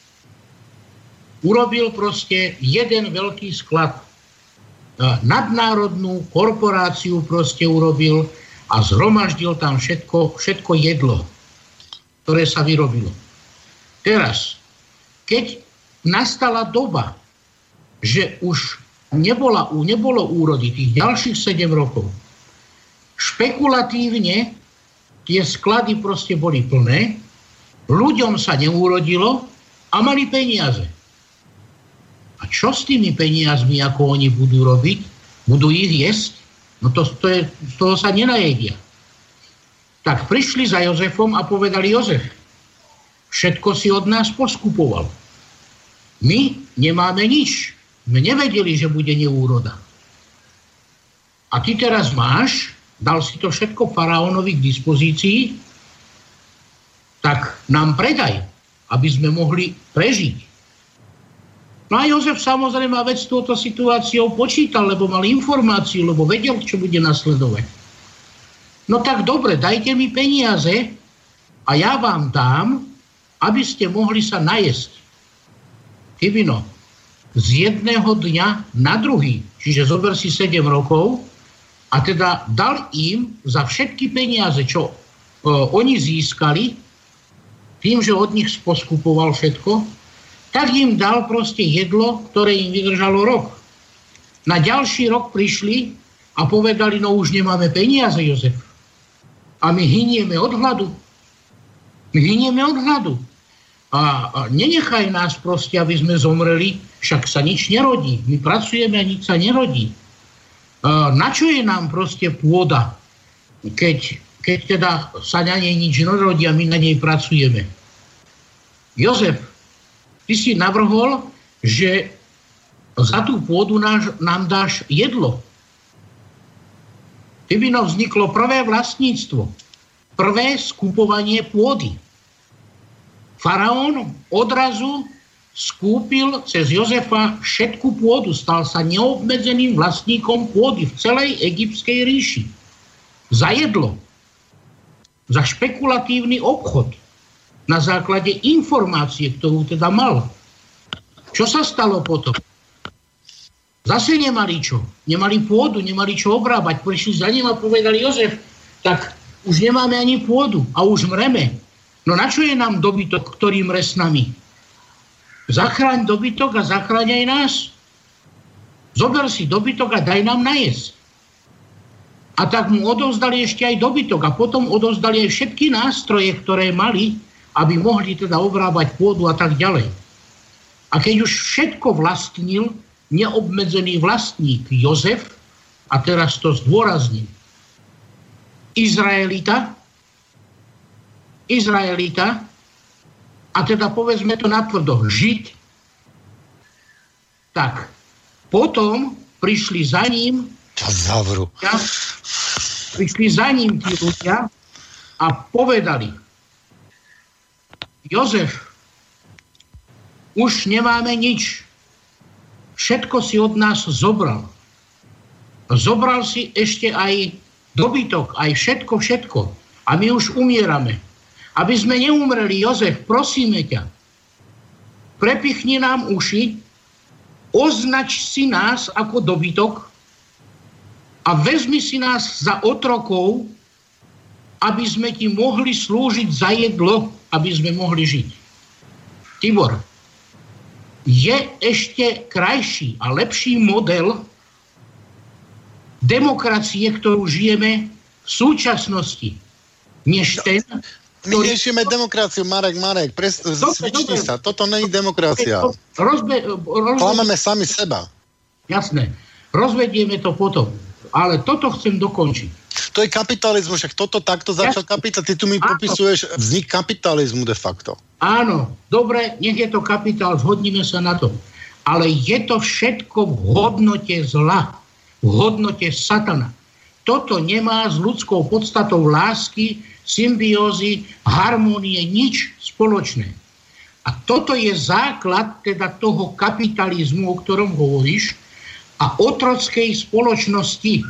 Urobil proste jeden veľký sklad. Nadnárodnú korporáciu proste urobil a zhromaždil tam všetko jedlo, ktoré sa vyrobilo. Teraz, keď nastala doba, že už nebolo úrody tých ďalších 7 rokov, špekulatívne tie sklady proste boli plné, ľuďom sa neúrodilo a mali peniaze. A čo s tými peniazmi, ako oni budú robiť? Budú ich jesť? No z toho sa nenajedia. Tak prišli za Jozefom a povedali: Jozef, všetko si od nás poskupoval. My nemáme nič. My nevedeli, že bude neúroda. A ty teraz máš, dal si to všetko faraónovi k dispozícii, tak nám predaj, aby sme mohli prežiť. No a Jozef samozrejme s touto situáciou počítal, lebo mal informáciu, lebo vedel, čo bude nasledovať. No tak dobre, dajte mi peniaze a ja vám dám, aby ste mohli sa najesť. Tybino, z jedného dňa na druhý, čiže zober si 7 rokov a teda dal im za všetky peniaze, čo oni získali, tým, že od nich poskupoval všetko, tak im dal proste jedlo, ktoré im vydržalo rok. Na ďalší rok prišli a povedali: no už nemáme peniaze, Jozef. A my hynieme od hladu. A nenechaj nás proste, aby sme zomreli, však sa nič nerodí. My pracujeme a nič sa nerodí. Na čo je nám proste pôda, keď teda sa na nej nič nerodí a my na nej pracujeme? Jozef, ty si navrhol, že za tú pôdu nám dáš jedlo. Tybino, vzniklo prvé vlastníctvo, prvé skupovanie pôdy. Faraón odrazu skúpil cez Jozefa všetku pôdu, stal sa neobmedzeným vlastníkom pôdy v celej egyptskej ríši. Za jedlo, za špekulatívny obchod, na základe informácie, ktorú teda mal. Čo sa stalo potom? Zase nemali čo. Nemali pôdu, nemali čo obrábať. Prišli za ním a povedali: Jozef, tak už nemáme ani pôdu a už mreme. No na čo je nám dobytok, ktorý mre s nami? Zachráň dobytok a zachráň aj nás. Zober si dobytok a daj nám najesť. A tak mu odovzdali ešte aj dobytok a potom odovzdali aj všetky nástroje, ktoré mali, aby mohli teda obrábať pôdu a tak ďalej. A keď už všetko vlastnil neobmedzený vlastník Jozef, a teraz to zdôrazním, Izraelita, a teda povedzme to natvrdo, Žid, tak potom prišli za ním tí ľudia a povedali: Jozef, už nemáme nič. Všetko si od nás zobral. Zobral si ešte aj dobytok, aj všetko. A my už umierame. Aby sme neumreli, Jozef, prosíme ťa, prepichni nám uši, označ si nás ako dobytok a vezmi si nás za otrokov, aby sme ti mohli slúžiť za jedlo, aby sme mohli žiť. Tibor, je ešte krajší a lepší model demokracie, ktorú žijeme v súčasnosti, než ten... My nežijeme demokraciu, Marek, svični sa, toto nie je demokracia. Klameme sami seba. Jasné, rozvedieme to potom, ale toto chcem dokončiť. To je kapitalizmus, však toto takto začal kapitál. Ty tu mi popisuješ vznik kapitalizmu de facto. Áno, dobre, nech je to kapitál, zhodníme sa na to. Ale je to všetko v hodnote zla, v hodnote satana. Toto nemá s ľudskou podstatou lásky, symbiózy, harmónie, nič spoločné. A toto je základ teda toho kapitalizmu, o ktorom hovoríš, a otrockej spoločnosti,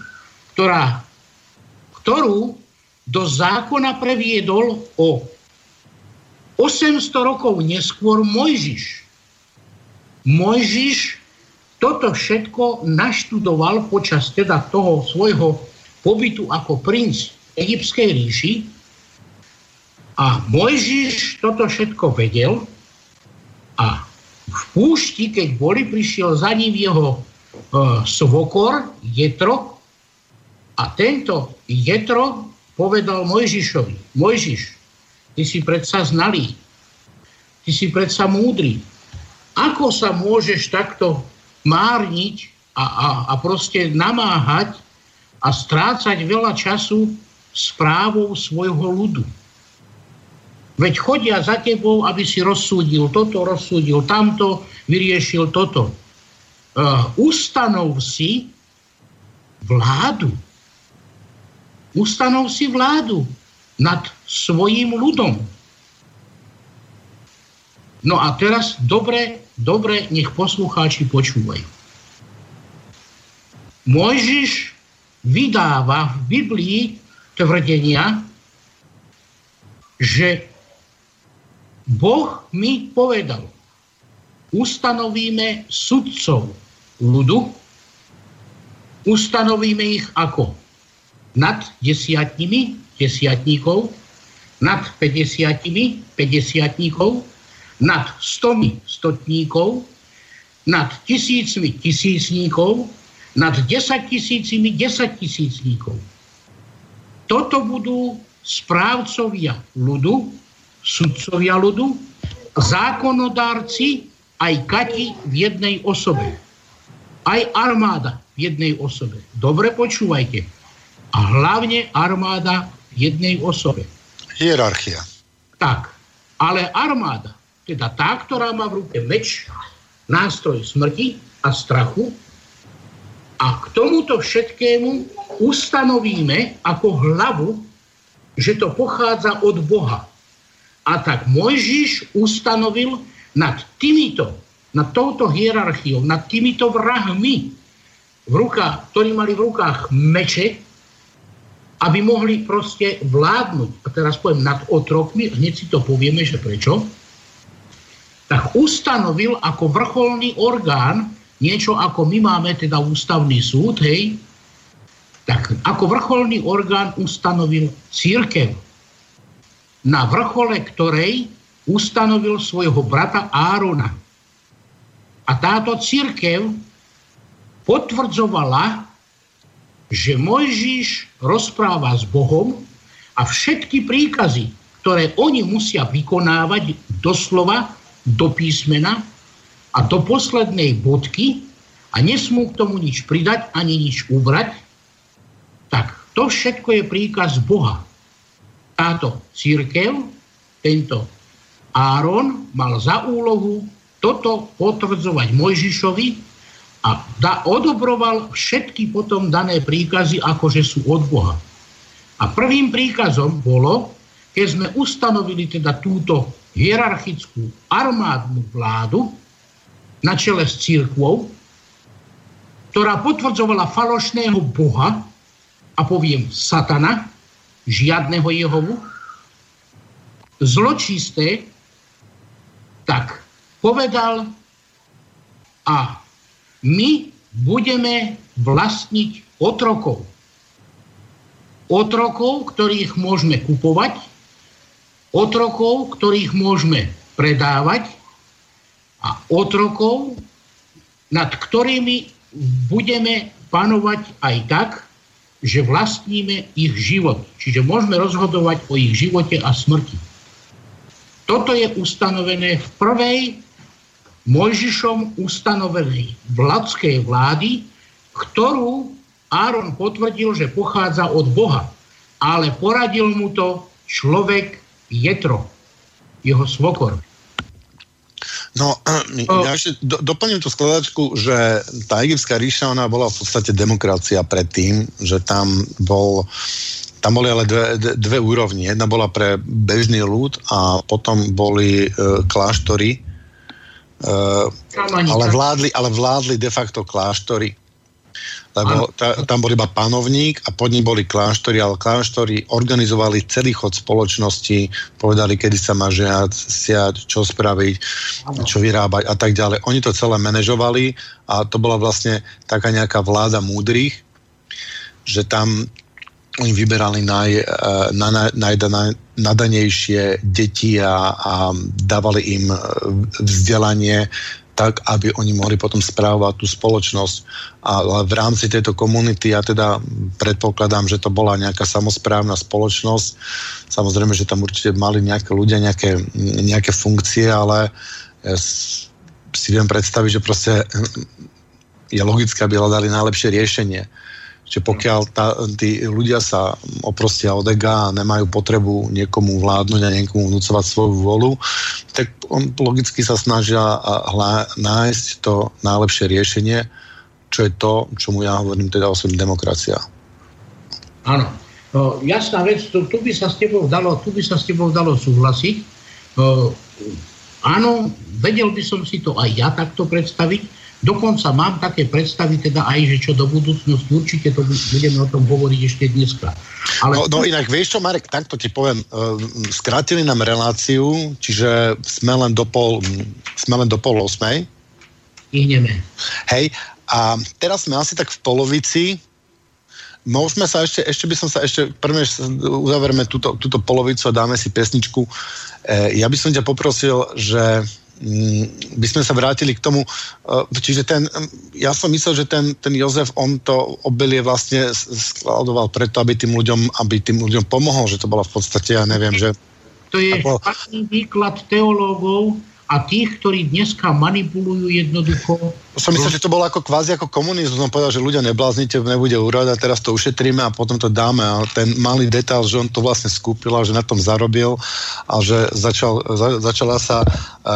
ktorú do zákona previedol o 800 rokov neskôr Mojžiš. Mojžiš toto všetko naštudoval počas teda toho svojho pobytu ako princ egyptskej ríši a Mojžiš toto všetko vedel a V púšti, keď boli, prišiel za ním jeho svokor, Jetro, a tento Jetro povedal Mojžišovi: Mojžiš, ty si predsa znalý, ty si predsa múdry. Ako sa môžeš takto márniť a proste namáhať a strácať veľa času správou svojho ľudu? Veď chodia za tebou, aby si rozsúdil toto, rozsúdil tamto, vyriešil toto. Ustanov si vládu. Ustanov si vládu nad svojím ľudom. No a teraz dobre, nech poslucháči počúvajú. Mojžiš vydáva v Biblii tvrdenia, že Boh mi povedal: ustanovíme sudcov ľudu, ustanovíme ich ako? Nad 10 desiatníkov, nad 50 päťdesiatníkov, nad 100 stotníkov, nad 1000 tisícníkov, nad 10 000 desaťtisícníkov. Toto budú správcovia ľudu, sudcovia ľudu, zákonodárci, aj kati v jednej osobe. Aj armáda v jednej osobe. Dobre počúvajte. A hlavne armáda v jednej osobe. Hierarchia. Tak, ale armáda, teda tá, ktorá má v ruke meč, nástroj smrti a strachu, a k tomuto všetkému ustanovíme ako hlavu, že to pochádza od Boha. A tak Mojžiš ustanovil nad touto hierarchiou, nad týmito vrahmi, ktorí mali v rukách meče, aby mohli proste vládnuť. A teraz poviem nad otrokmi, hneď si to povieme, že prečo. Tak ustanovil ako vrcholný orgán, niečo ako my máme teda ústavný súd, hej, tak ako vrcholný orgán ustanovil cirkev, na vrchole ktorej ustanovil svojho brata Árona. A táto cirkev potvrdzovala, že Mojžiš rozpráva s Bohom a všetky príkazy, ktoré oni musia vykonávať doslova, do písmena a do poslednej bodky a nesmú k tomu nič pridať ani nič ubrať, tak to všetko je príkaz Boha. Táto cirkev, tento Áron mal za úlohu toto potvrdzovať Mojžišovi a odobroval všetky potom dané príkazy, akože sú od Boha. A prvým príkazom bolo, keď sme ustanovili teda túto hierarchickú armádnu vládu na čele s cirkvou, ktorá potvrdzovala falošného Boha, a poviem satana, žiadneho Jehovu, zločisté, tak povedal: a my budeme vlastniť otrokov. Otrokov, ktorých môžeme kupovať, otrokov, ktorých môžeme predávať a otrokov, nad ktorými budeme panovať aj tak, že vlastníme ich život. Čiže môžeme rozhodovať o ich živote a smrti. Toto je ustanovené v prvej Mojžišom ustanovenej vladskej vlády, ktorú Áron potvrdil, že pochádza od Boha. Ale poradil mu to človek Jetro, jeho svokor. No, ja ešte doplním tú skladačku, že tá egyptská ríša, ona bola v podstate demokracia predtým, že tam boli ale dve úrovni. Jedna bola pre bežný ľud a potom boli kláštory, ale vládli de facto kláštory. Lebo tam bol iba panovník a pod ním boli kláštory, ale kláštory organizovali celý chod spoločnosti, povedali, kedy sa má siať, čo spraviť, čo vyrábať a tak ďalej. Oni to celé manažovali a to bola vlastne taká nejaká vláda múdrych, že tam oni vyberali najnadanejšie deti a dávali im vzdelanie tak, aby oni mohli potom správovať tú spoločnosť. Ale v rámci tejto komunity ja teda predpokladám, že to bola nejaká samosprávna spoločnosť. Samozrejme, že tam určite mali nejaké ľudia, nejaké funkcie, ale ja si viem predstaviť, že proste je logické, aby hľadali najlepšie riešenie. Že pokiaľ tí ľudia sa oprostia od ega a nemajú potrebu niekomu vládnuť a niekomu vnúcovať svoju vôľu, tak logicky sa snažia nájsť to najlepšie riešenie, čo je to, čomu ja hovorím teda osobne demokracia. Áno. Jasná vec, tu by sa s tebou dalo súhlasiť. Áno, vedel by som si to aj ja takto predstaviť. Dokonca mám také predstavy teda aj, že čo do budúcnosti určite to budeme o tom hovoriť ešte dneska. Ale... No inak vieš čo, Marek, takto ti poviem. Skrátili nám reláciu, čiže sme len do pol 8. Ihneme. Hej, a teraz sme asi tak v polovici. Môžeme sa ešte by som sa prvne uzaverme túto polovicu a dáme si pesničku. Ja by som ťa poprosil, že by sme sa vrátili k tomu, čiže ja som myslel, že ten Jozef, on to obilie vlastne skladoval preto, aby tým ľuďom pomohol, že to bola v podstate, ja neviem, že... To je špatný výklad teológov a tých, ktorí dneska manipulujú jednoducho. Som myslel, že to bolo ako kvázi ako komunizmus. Som povedal, že ľudia nebláznite, nebude úrad a teraz to ušetríme a potom to dáme. A ten malý detail, že on to vlastne skúpil a že na tom zarobil a že začala sa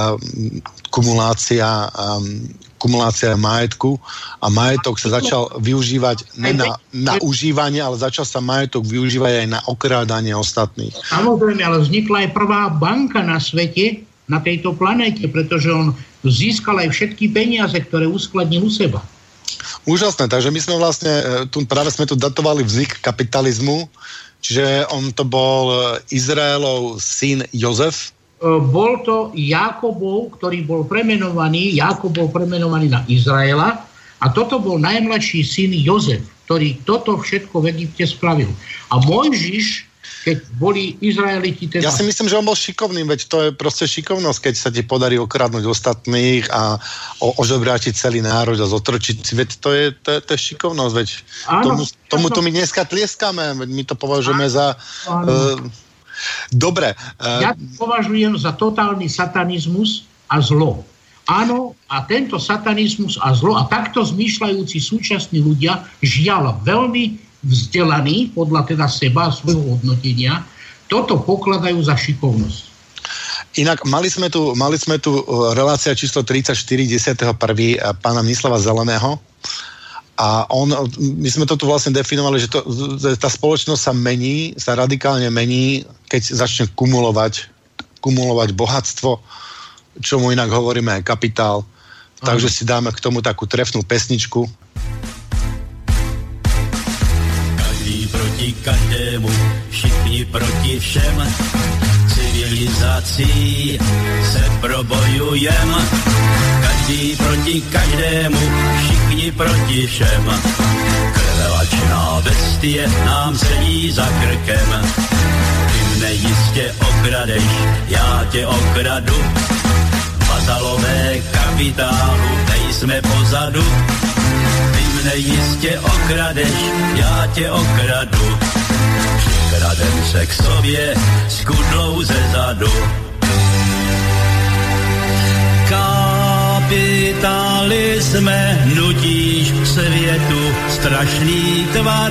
kumulácia majetku a majetok sa začal využívať ne na užívanie, ale začal sa majetok využívať aj na okrádanie ostatných. Samozrejme, ale vznikla aj prvá banka na svete, na tejto planéte, pretože on získal aj všetky peniaze, ktoré uskladnil u seba. Úžasné, takže my sme vlastne, práve sme tu datovali vznik kapitalizmu, čiže on to bol Izraelov syn Jozef. Bol to Jákobov, ktorý bol premenovaný na Izraela a toto bol najmladší syn Jozef, ktorý toto všetko v Egypte spravil. A Mojžiš, keď boli Izraeliti teda... Ja si myslím, že on bol šikovný, veď to je proste šikovnosť, keď sa ti podarí okradnúť ostatných a ožobrátiť celý národ a zotročiť si, veď to je šikovnosť, veď tomuto my dneska tlieskame, veď my to považujeme za... Dobre. Ja to považujem za totálny satanizmus a zlo. Áno, a tento satanizmus a zlo a takto zmýšľajúci súčasní ľudia, žiaľ veľmi vzdelaní podľa teda seba, svojho hodnotenia, toto pokladajú za šikovnosť. Inak mali sme tu relácia číslo 34 10.1. pána Mislava Zeleného a my sme to tu vlastne definovali, že tá spoločnosť sa radikálne mení, keď začne kumulovať bohatstvo, čomu inak hovoríme aj kapitál. Takže si dáme k tomu takú trefnú pesničku. Proti každému, všichni proti všem, civilizací se probojujem. Každý proti každému, všichni proti všem, krvelačná bestie nám sedí za krkem. Ty mne jistě okradeš, já tě okradu, vazalové kapitálu, nejsme pozadu. Mne jistě okradeš, já tě okradu. Přikradem se k sobě s kudlou ze zadu. Kapitalisme nutíš k světu strašný tvar.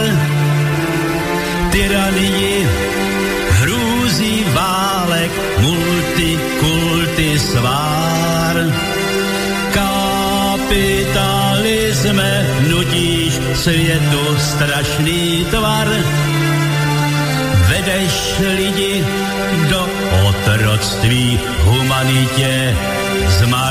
Tyranii, hrůzí válek, multikulty svár. Kapitalisme nutíš světu strašný tvar. Vedeš lidi do otroctví, humanitě zmar.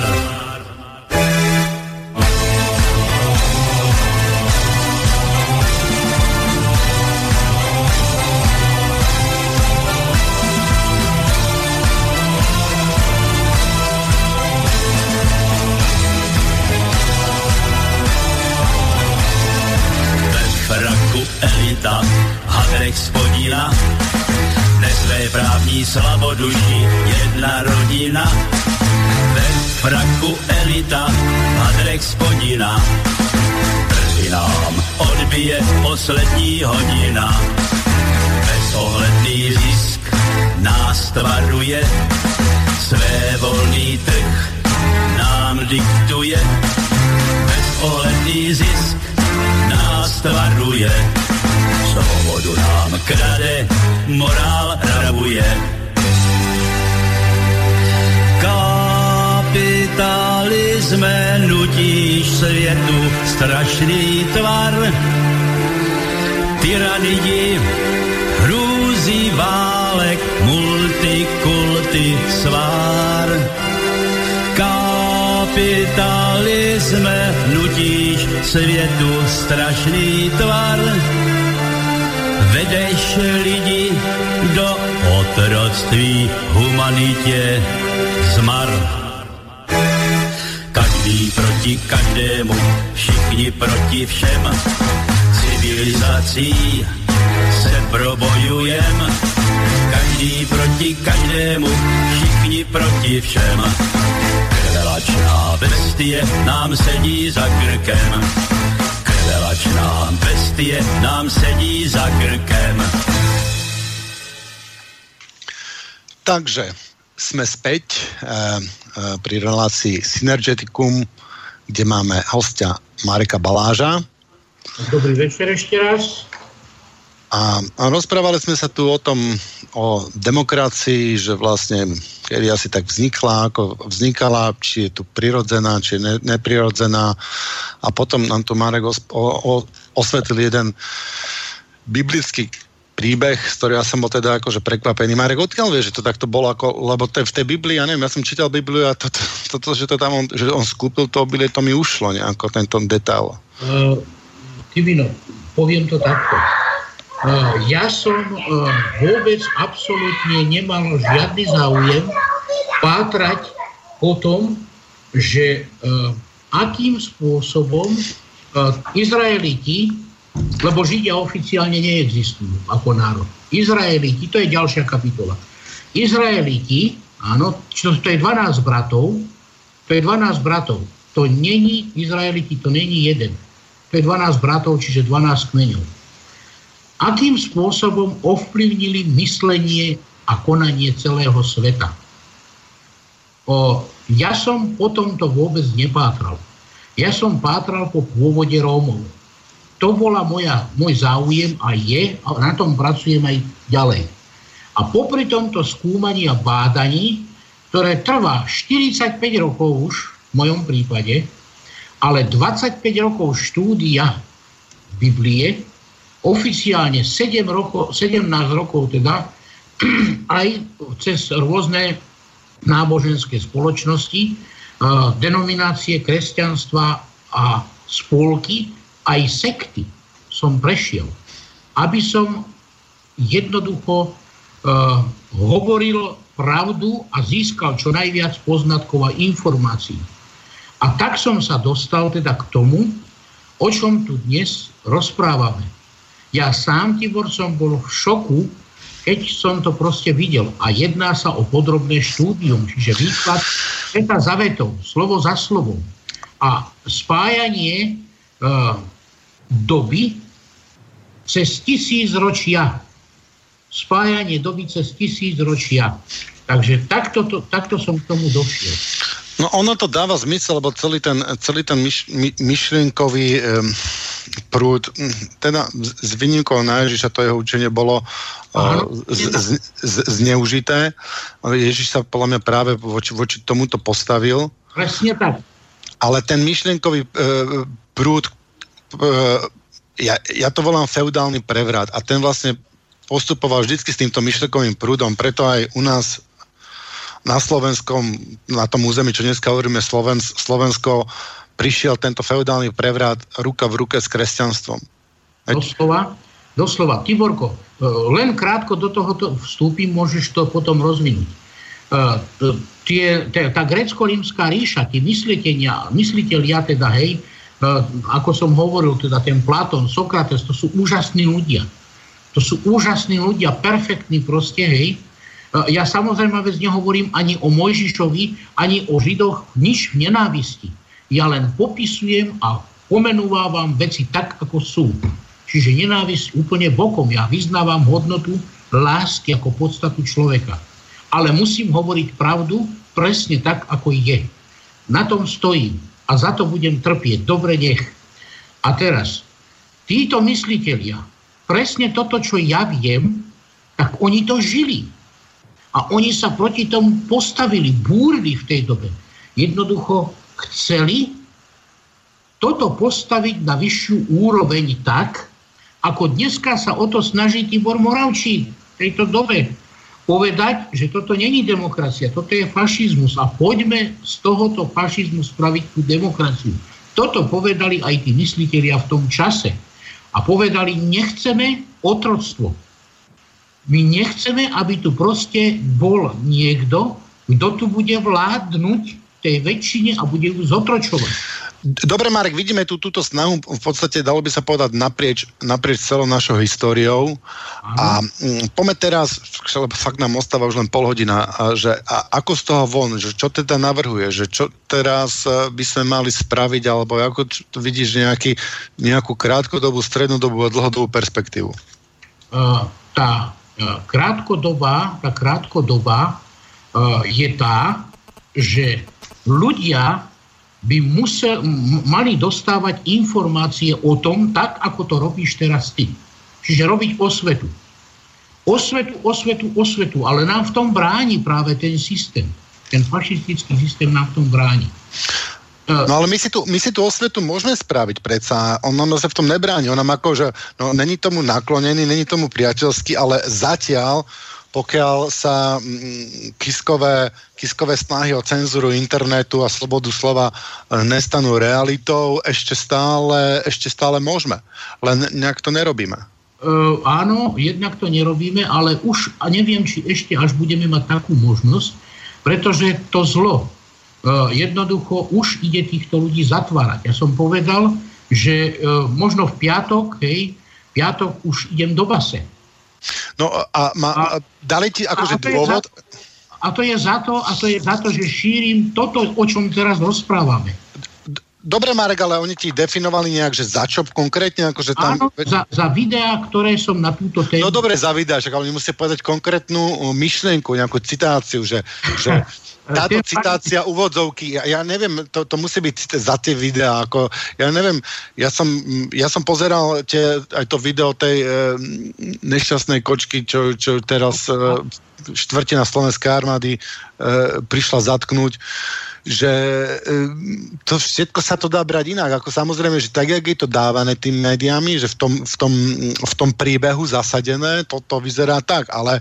Elita, hadrech spodina, nesvé právní slaboduši, jedna rodina. Ve fraku elita, hadrek spodina. Brzy nám odbije poslední hodina. Bezohledný zisk nás tvaruje, své volný trh nám diktuje. Bezohledný zisk nás tvaruje, svobodu nám krade, morál rabuje. Kapitalisme nutíš světu strašný tvar, tyranii, hrůzí válek, multikulty svár. Kapitalisme nutíš světu strašný tvar, vedeš lidi do otroctví, humanitě zmar. Každý proti každému, všichni proti všem, civilizací se probojujem. Každý proti každému, všichni proti všem. Krvelačná bestie nám sedí za krkem. Krvelačná bestie nám sedí za krkem. Takže sme späť pri relácii Synergeticum, kde máme hostia Mareka Baláža. Dobrý večer ešte raz. A rozprávali sme sa tu o tom, o demokracii, že vlastne kedy asi tak vznikla, ako vznikala, či je tu prirodzená, či je neprirodzená. A potom nám tu Marek osvetlil jeden biblický príbeh, z ktorého ja som bol teda akože prekvapený. Marek, odkiaľ vieš, že to takto bolo, lebo v tej Biblii, ja neviem, ja som čítal Bibliu a že to tam že on skúpil to obilie, to mi ušlo nejako, tento detail. Tivino, poviem to takto. Ja som vôbec absolútne nemal žiadny záujem pátrať o tom, že akým spôsobom Izraeliti, lebo Židia oficiálne neexistujú ako národ. Izraeliti, to je ďalšia kapitola. Izraeliti, áno, to je 12 bratov, to není Izraeliti, to není jeden. To je 12 bratov, čiže 12 kmeňov. Akým spôsobom ovplyvnili myslenie a konanie celého sveta? Ja som po tomto vôbec nepátral. Ja som pátral po pôvode Rómov. To bola môj záujem a je, a na tom pracujem aj ďalej. A popri tomto skúmaní a bádaní, ktoré trvá 45 rokov už, v mojom prípade, ale 25 rokov štúdia Biblie, oficiálne 17 rokov teda, aj cez rôzne náboženské spoločnosti, denominácie kresťanstva a spolky, aj sekty som prešiel, aby som jednoducho hovoril pravdu a získal čo najviac poznatkov a informácií. A tak som sa dostal teda k tomu, o čom tu dnes rozprávame. Ja sám, Tibor, som bol v šoku, keď som to proste videl. A jedná sa o podrobné štúdium, čiže výklad veta za vetou, slovo za slovom. A spájanie doby cez 1000 ročia. Spájanie doby cez 1000 ročia. Takže takto som k tomu došiel. No ono to dáva zmysel, lebo celý ten myšlienkový prúd, teda z výnimkou na Ježiša, to jeho učenie bolo zneužité. Ježiš sa podľa mňa práve voči tomuto postavil. Presne tak. Ale ten myšlienkový prúd, ja to volám feudálny prevrat a ten vlastne postupoval vždycky s týmto myšlienkovým prúdom, preto aj u nás na Slovenskom, na tom území, čo dneska hovoríme Slovensko, prišiel tento feudálny prevrat ruka v ruke s kresťanstvom. Doslova. Tiborko, len krátko do tohoto vstúpim, môžeš to potom rozvinúť. Tá grécko-rímska ríša, tí myslitelia teda, hej, ako som hovoril, teda ten Platón, Sokrates, to sú úžasní ľudia. To sú úžasní ľudia, perfektní proste, hej. Ja samozrejme vec nehovorím ani o Mojžišovi, ani o Židoch, nič v nenávisti. Ja len popisujem a pomenúvam veci tak, ako sú. Čiže nenávisť úplne bokom. Ja vyznávam hodnotu lásky ako podstatu človeka. Ale musím hovoriť pravdu presne tak, ako je. Na tom stojím a za to budem trpieť. Dobre, nech. A teraz, títo myslitelia, presne toto, čo ja viem, tak oni to žili. A oni sa proti tomu postavili, búrili v tej dobe. Jednoducho chceli toto postaviť na vyššiu úroveň tak, ako dneska sa o to snaží Tibor Moravčík v tejto dobe. Povedať, že toto není demokracia, toto je fašizmus a poďme z tohoto fašizmu spraviť tú demokraciu. Toto povedali aj tí myslitelia v tom čase. A povedali, nechceme otroctvo. My nechceme, aby tu proste bol niekto, kto tu bude vládnuť tej väčšine a bude ju zotročovať. Dobre, Marek, vidíme tu túto snahu, v podstate dalo by sa povedať naprieč celou našou históriou. A poďme teraz, lebo fakt nám ostáva už len pol hodina, že ako z toho von, že čo teda navrhuje, že čo teraz by sme mali spraviť, alebo ako vidíš nejakú krátkodobú, strednodobú a dlhodobú perspektívu? Tá krátkodoba je tá, že ľudia by mali dostávať informácie o tom, tak ako to robíš teraz ty. Čiže robiť osvetu. Osvetu, ale nám v tom bráni práve ten systém. Ten fašistický systém nám v tom bráni. No ale my si tú osvetu môžeme spraviť predsa. On nám sa v tom nebráni. On nám akože, není tomu naklonený, není tomu priateľský, ale zatiaľ pokiaľ sa Kiskové snahy o cenzúru internetu a slobodu slova nestanú realitou, ešte stále môžeme. Len nejak to nerobíme. Áno, jednak to nerobíme, ale už neviem, či ešte až budeme mať takú možnosť, pretože to zlo jednoducho už ide týchto ľudí zatvárať. Ja som povedal, že možno v piatok už idem do base. No a dali ti akože dôvod? A to je za to, že šírim toto, o čom teraz rozprávame. Dobre, Marek, ale oni ti definovali nejak, že za čo konkrétne? Akože tam... Áno, za videá, ktoré som na túto tému... No dobre, za videá, však oni musia povedať konkrétnu myšlienku, nejakú citáciu, že táto citácia úvodzovky, ja neviem, to musí byť za tie videá, ako, ja neviem, ja som pozeral aj to video tej nešťastnej kočky, čo teraz štvrtina slovenskej armády prišla zatknúť, že to všetko sa to dá brať inak, ako samozrejme, že tak, jak je to dávané tým médiami, že v tom príbehu zasadené, to vyzerá tak, ale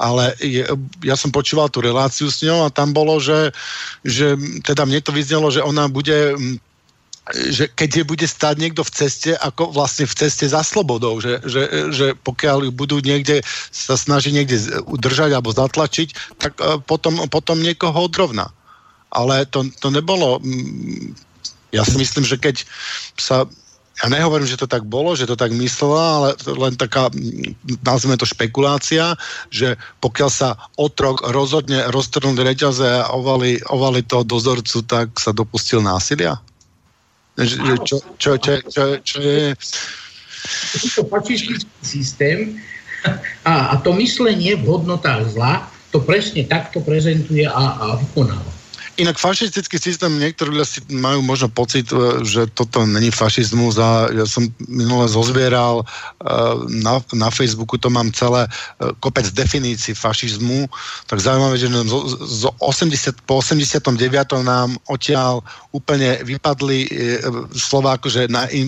ja som počúval tú reláciu s ňou a tam bolo, že teda mne to vyznelo, že ona bude, že keď je bude stáť niekto v ceste, ako vlastne v ceste za slobodou, že pokiaľ budú niekde sa snažiť niekde udržať alebo zatlačiť, tak potom niekoho odrovná. Ale to nebolo... Ja si myslím, že keď sa... Ja nehovorím, že to tak bolo, že to tak myslela, ale len taká, nazveme to špekulácia, že pokiaľ sa otrok rozhodne roztrhnúť reťaze a ovali toho dozorcu, tak sa dopustil násilia? Čo je... To fašistický systém a to myslenie v hodnotách zla to presne takto prezentuje a vykonáva. Inak fašistický systém, niektorí ľudia si majú možno pocit, že toto není fašizmus a ja som minule zozbieral na Facebooku, to mám celé kopec definícií fašizmu, tak zaujímavé, že po 89. nám odtiaľ úplne vypadli slová akože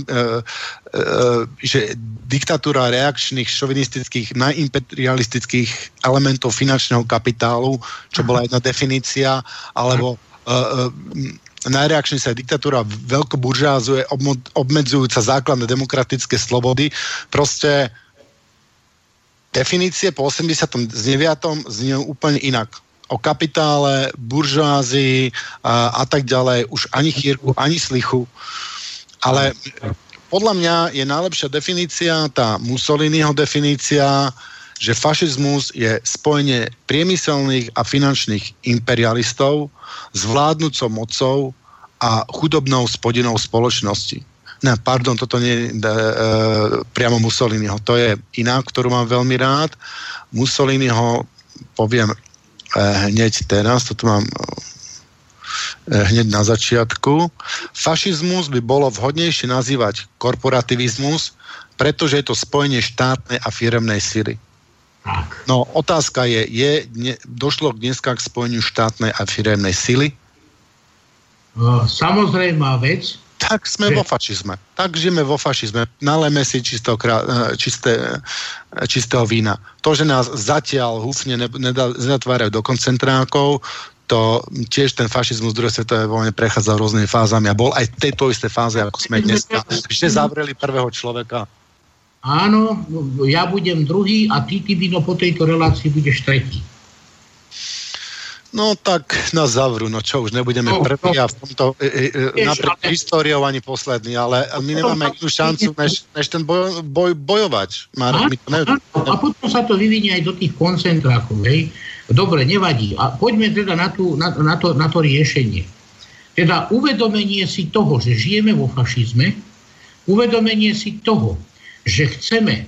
že diktatúra reakčných, šovinistických, najimperialistických elementov finančného kapitálu, čo bola jedna definícia, alebo najreakčnejšia diktatúra veľkoburžázuje, obmedzujúca základné demokratické slobody. Proste definície po 89. znie úplne inak. O kapitále, buržázii a tak ďalej. Už ani chýrku, ani slichu. Ale podľa mňa je najlepšia definícia tá Mussoliniho definícia, že fašizmus je spojenie priemyselných a finančných imperialistov s vládnucou mocou a chudobnou spodinou spoločnosti. Ne, pardon, toto nie je priamo Mussoliniho, to je iná, ktorú mám veľmi rád. Mussoliniho poviem hneď teraz, toto mám hneď na začiatku. Fašizmus by bolo vhodnejšie nazývať korporativizmus, pretože je to spojenie štátnej a firemnej sily. No, otázka je došlo dneska k spojeniu štátnej a firemnej sily? Samozrejmá vec. Tak sme vo fašizme. Tak žijeme vo fašizme. Nalejme si čistého vína. To, že nás zatiaľ húfne nezatvárajú do koncentrákov, to tiež ten fašizmus druhej svetovej vojny prechádzal rôznymi fázami a bol aj v tejto isté fáze, ako sme dneska. Že zavreli prvého človeka. Áno, ja budem druhý a ty Bino, po tejto relácii budeš tretí. No tak nás zavrú, no čo, už nebudeme prví a v tomto napriek históriou ani posledný, ale my nemáme inú šancu, než ten bojovať. A potom sa to vyvinie aj do tých koncentrákov, hej. Dobre, nevadí. A poďme teda na to riešenie. Teda uvedomenie si toho, že žijeme vo fašizme, uvedomenie si toho, že chceme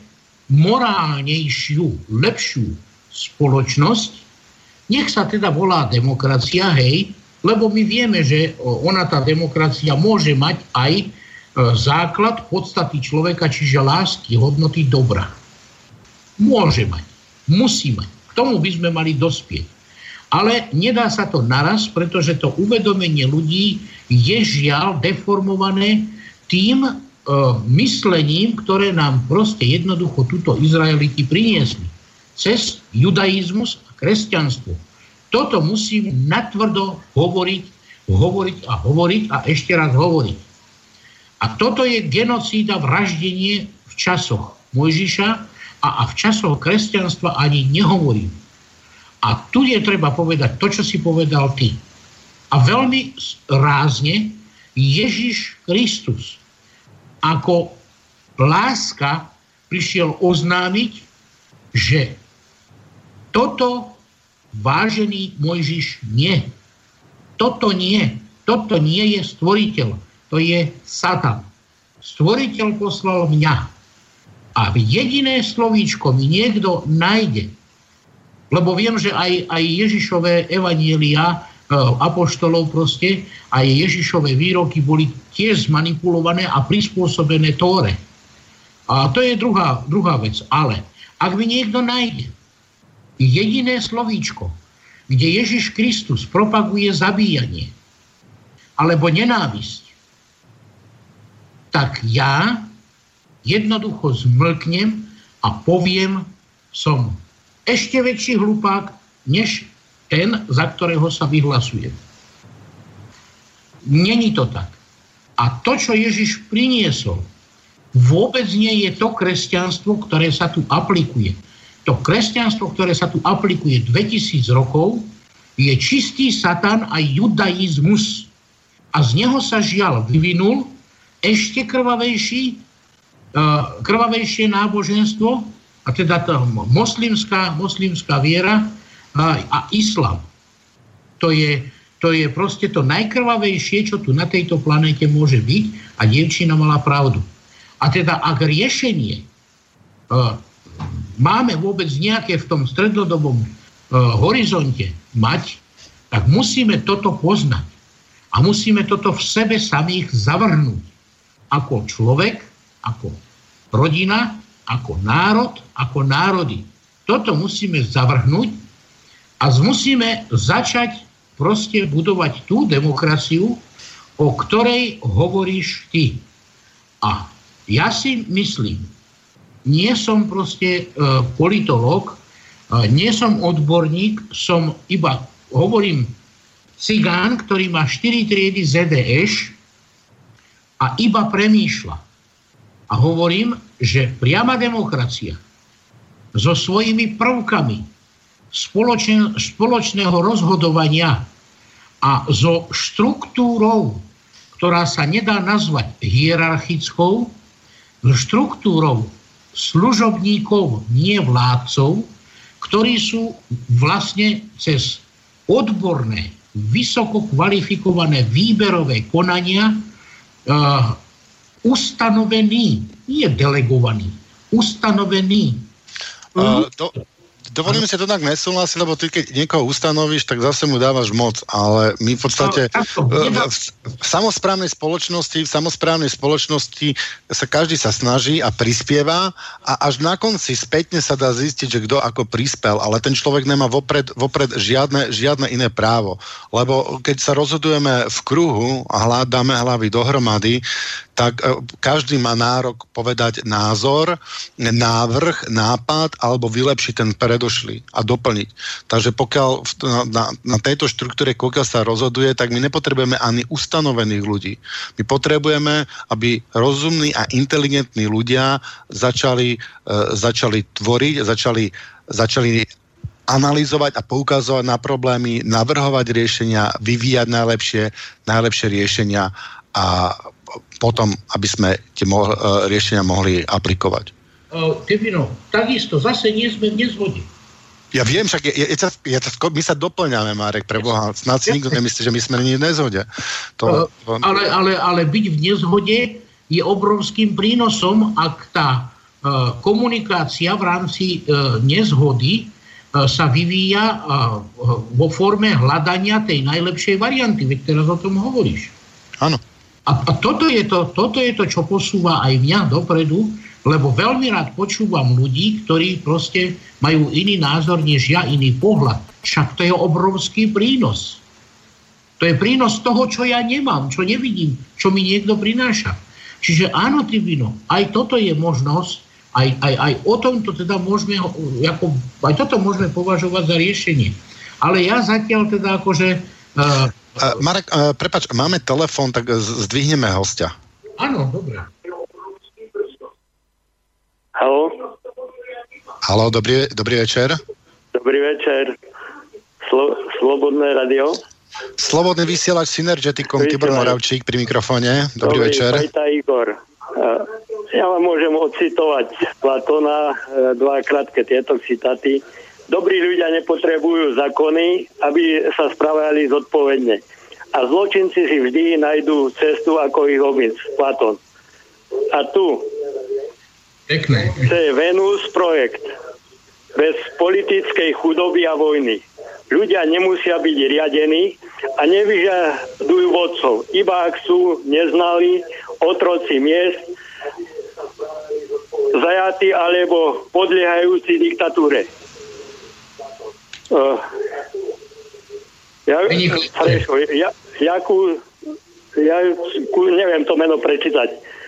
morálnejšiu, lepšiu spoločnosť, nech sa teda volá demokracia, hej, lebo my vieme, že ona, tá demokracia, môže mať aj základ podstaty človeka, čiže lásky, hodnoty, dobra. Môže mať. Musí mať. K tomu by sme mali dospieť. Ale nedá sa to naraz, pretože to uvedomenie ľudí je žiaľ deformované tým myslením, ktoré nám proste jednoducho túto Izraeliti priniesli. Cez judaizmus a kresťanstvo. Toto musím natvrdo hovoriť a ešte raz hovoriť. A toto je genocída, vraždenie v časoch Mojžiša a v časoch kresťanstva ani nehovorím. A tu je treba povedať to, čo si povedal ty. A veľmi rázne Ježiš Kristus ako láska prišiel oznámiť, že toto, vážený Mojžiš, nie. Toto nie. Toto nie je stvoriteľ. To je Satan. Stvoriteľ poslal mňa. A jediné slovíčko mi niekto nájde, lebo viem, že aj Ježišové evanjelia apoštolov proste, aj Ježišové výroky boli tiež zmanipulované a prispôsobené Tóre. A to je druhá vec. Ale ak mi niekto nájde jediné slovíčko, kde Ježiš Kristus propaguje zabíjanie alebo nenávisť, tak ja jednoducho zmlknem a poviem, som ešte väčší hlupák, než ten, za ktorého sa vyhlasujem. Není to tak. A to, čo Ježiš priniesol, vôbec nie je to kresťanstvo, ktoré sa tu aplikuje. To kresťanstvo, ktoré sa tu aplikuje 2000 rokov, je čistý Satan a judaizmus. A z neho sa žiaľ vyvinul ešte krvavejšie náboženstvo, a teda tá moslimská viera a islám. To je proste to najkrvavejšie, čo tu na tejto planéte môže byť, a dievčina mala pravdu. A teda ak riešenie máme vôbec nejaké v tom strednodobom horizonte mať, tak musíme toto poznať. A musíme toto v sebe samých zavrhnúť. Ako človek, ako rodina, ako národ, ako národy. Toto musíme zavrhnúť a musíme začať proste budovať tú demokraciu, o ktorej hovoríš ty. A ja si myslím, nie som proste politológ, nie som odborník, som iba, hovorím, cigán, ktorý má 4 triedy ZDŠ a iba premýšľa. A hovorím, že priama demokracia so svojimi prvkami spoločného rozhodovania a so štruktúrou, ktorá sa nedá nazvať hierarchickou, so štruktúrou, služobníkov, nie vládcov, ktorí sú vlastne cez odborné, vysoko kvalifikované výberové konania ustanovení, nie delegovaní, ustanovení. Dovolím si to tak nesúhlasiť, lebo ty keď niekoho ustanovíš, tak zase mu dávaš moc, ale my v podstate v samosprávnej spoločnosti sa každý sa snaží a prispieva a až na konci spätne sa dá zistiť, že kto ako prispel, ale ten človek nemá vopred žiadne iné právo, lebo keď sa rozhodujeme v kruhu a dáme hlavy dohromady, tak každý má nárok povedať názor, návrh, nápad alebo vylepšiť ten predošlý a doplniť. Takže pokiaľ na tejto štruktúre, pokiaľ sa rozhoduje, tak my nepotrebujeme ani ustanovených ľudí. My potrebujeme, aby rozumní a inteligentní ľudia začali tvoriť, začali analyzovať a poukazovať na problémy, navrhovať riešenia, vyvíjať najlepšie riešenia a potom, aby sme tie riešenia mohli aplikovať. Tevino, takisto zase nie sme v nezhode. Ja viem, však my sa doplňame, Marek, pre Boha. Snad si nikto nemyslí, že my sme nie v nezhode. Ale byť v nezhode je obrovským prínosom, ak tá komunikácia v rámci nezhody sa vyvíja vo forme hľadania tej najlepšej varianty. Veď teraz o tom hovoríš. Áno. A toto je to, čo posúva aj mňa dopredu, lebo veľmi rád počúvam ľudí, ktorí proste majú iný názor než ja, iný pohľad. Však to je obrovský prínos. To je prínos toho, čo ja nemám, čo nevidím, čo mi niekto prináša. Čiže áno, Tibino, aj toto je možnosť, aj o tomto teda môžeme, aj toto môžeme považovať za riešenie. Ale ja zatiaľ teda akože... Marek, prepáč, máme telefón, tak zdvihneme hostia. Áno, dobre. Haló, dobrý večer. Dobrý večer. Slobodné radio. Slobodný vysielač Synergeticum, Tibor Moravčík pri mikrofóne. Dobrý večer. Vajta Igor. Ja vám môžem ocitovať Platóna, dva krátke tieto citáty. Dobrí ľudia nepotrebujú zákony, aby sa správali zodpovedne. A zločinci si vždy nájdú cestu, ako ich obísť. Platón. A tu pekné. To je Venus projekt. Bez politickej chudoby a vojny. Ľudia nemusia byť riadení a nevyžadujú vodcov. Iba ak sú neznali otroci miest, zajatí alebo podliehajúci diktatúre. Neviem to meno prečítať.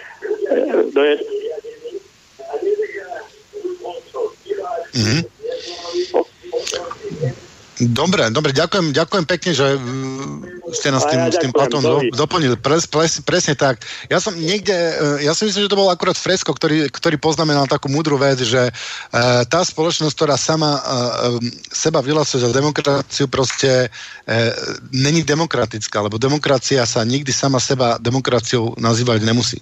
Dobre, ďakujem pekne, že ste nás s tým Platónom doplnili. Presne tak. Ja si myslím, že to bol akurát Fresko, ktorý poznamenal takú múdru vec, že tá spoločnosť, ktorá sama seba vyhlasuje za demokraciu, proste není demokratická, lebo demokracia sa nikdy sama seba demokraciou nazývať nemusí.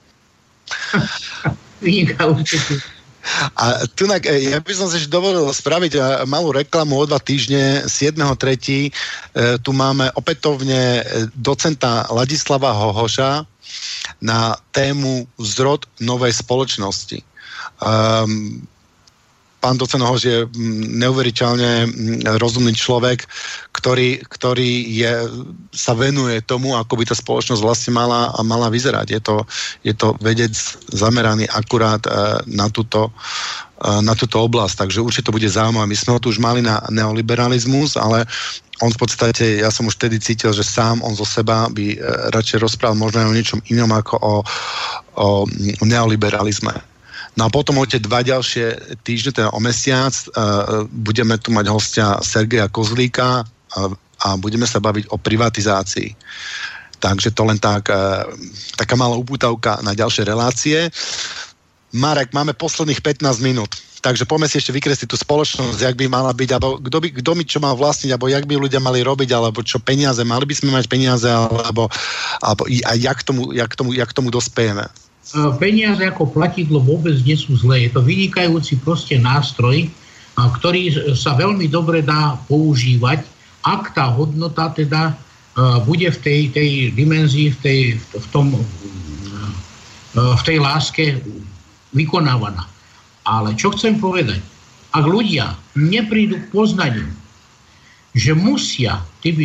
A tunak, ja by som si dovolil spraviť malú reklamu o 2 týždne, 7.3. Tu máme opätovne docenta Ladislava Hohoša na tému Zrod novej spoločnosti. Pán docent Hohoš je neuveriteľne rozumný človek, ktorý sa venuje tomu, ako by tá spoločnosť vlastne mala vyzerať. Je to vedec zameraný akurát na túto oblasť, takže určite to bude zaujímavé. My sme ho tu už mali na neoliberalizmus, ale on v podstate, ja som už vtedy cítil, že sám on zo seba by radšej rozprával možno o niečom inom ako o neoliberalizme. No a potom o tie 2 ďalšie týždne, teda o mesiac, budeme tu mať hostia Sergeja Kozlíka a budeme sa baviť o privatizácii. Takže to len taká malá upútavka na ďalšie relácie. Marek, máme posledných 15 minút, takže poďme si ešte vykresliť tú spoločnosť, jak by mala byť, alebo kto by čo mal vlastniť, alebo jak by ľudia mali robiť, alebo čo peniaze, mali by sme mať peniaze, alebo a jak tomu dospejeme. peniaze ako platidlo vôbec nie sú zlé. Je to vynikajúci proste nástroj, ktorý sa veľmi dobre dá používať, ak tá hodnota teda bude v tej dimenzii, v tej láske vykonávaná. Ale čo chcem povedať? Ak ľudia neprídu k poznaniu, že musia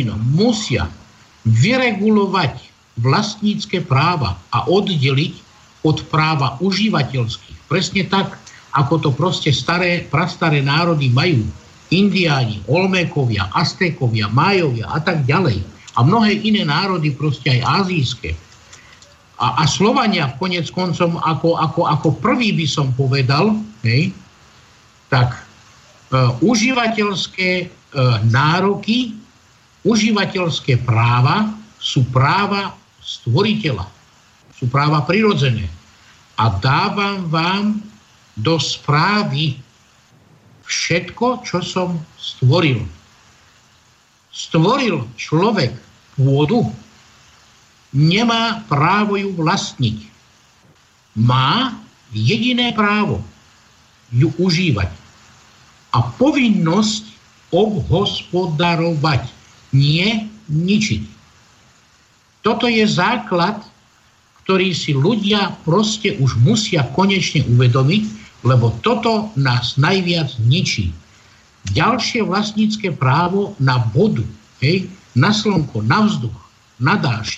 vyregulovať vlastnícke práva a oddeliť od práva užívateľských. Presne tak, ako to proste prastaré národy majú. Indiáni, Olmékovia, Aztékovia, Májovia a tak ďalej. A mnohé iné národy, proste aj azijské. A Slovania konec koncom ako prvý by som povedal, hej, tak užívateľské nároky, užívateľské práva sú práva stvoriteľa. Sú práva prirodzené. A dávam vám do správy všetko, čo som stvoril. Stvoril človek pôdu, nemá právo ju vlastniť. Má jediné právo ju užívať. A povinnosť obhospodarovať, nie ničiť. Toto je základ, ktorý si ľudia proste už musia konečne uvedomiť, lebo toto nás najviac ničí. Ďalšie vlastnícke právo na vodu, hej, na slnko, na vzduch, na dážď,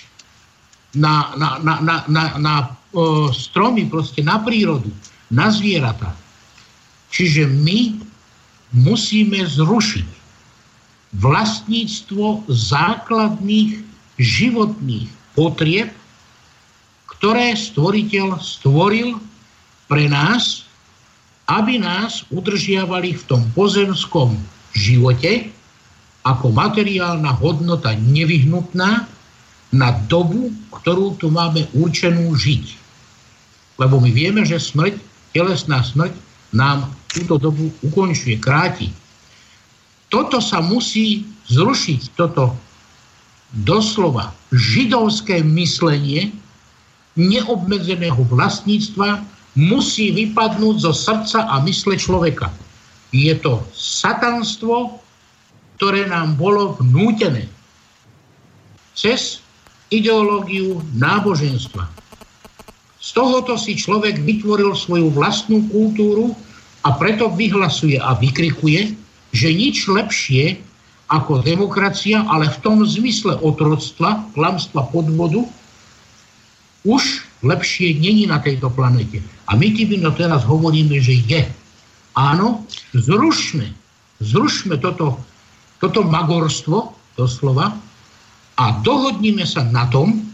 na stromy, proste na prírodu, na zvieratá. Čiže my musíme zrušiť vlastníctvo základných životných potrieb, ktoré stvoriteľ stvoril pre nás, aby nás udržiavali v tom pozemskom živote ako materiálna hodnota nevyhnutná na dobu, ktorú tu máme určenú žiť. Lebo my vieme, že smrť, telesná smrť nám túto dobu ukončuje, kráti. Toto sa musí zrušiť, toto doslova židovské myslenie neobmedzeného vlastníctva musí vypadnúť zo srdca a mysle človeka. Je to satanstvo, ktoré nám bolo vnútené cez ideológiu náboženstva. Z tohoto si človek vytvoril svoju vlastnú kultúru a preto vyhlasuje a vykrikuje, že nič lepšie ako demokracia, ale v tom zmysle otroctva, klamstva, podvodu, už lepšie není na tejto planete. A my tým teraz hovoríme, že je. Áno, zrušme toto magorstvo, doslova, a dohodnime sa na tom,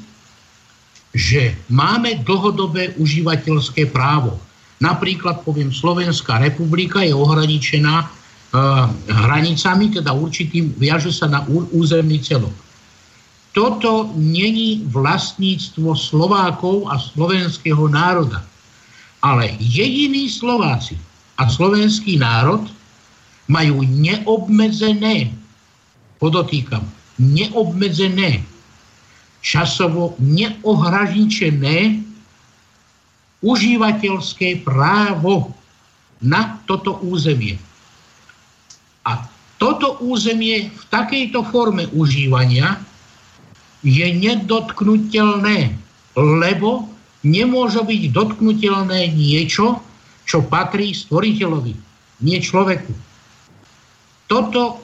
že máme dlhodobé užívateľské právo. Napríklad, poviem, Slovenská republika je ohraničená hranicami, teda určitým, viaže sa na územný celok. Toto není vlastníctvo Slovákov a slovenského národa. Ale jediní Slováci a slovenský národ majú neobmedzené, podotýkam, neobmedzené, časovo neohraničené užívateľské právo na toto územie. A toto územie v takejto forme užívania je nedotknutelné, lebo nemôže byť dotknutelné niečo, čo patrí stvoriteľovi, nie človeku. Toto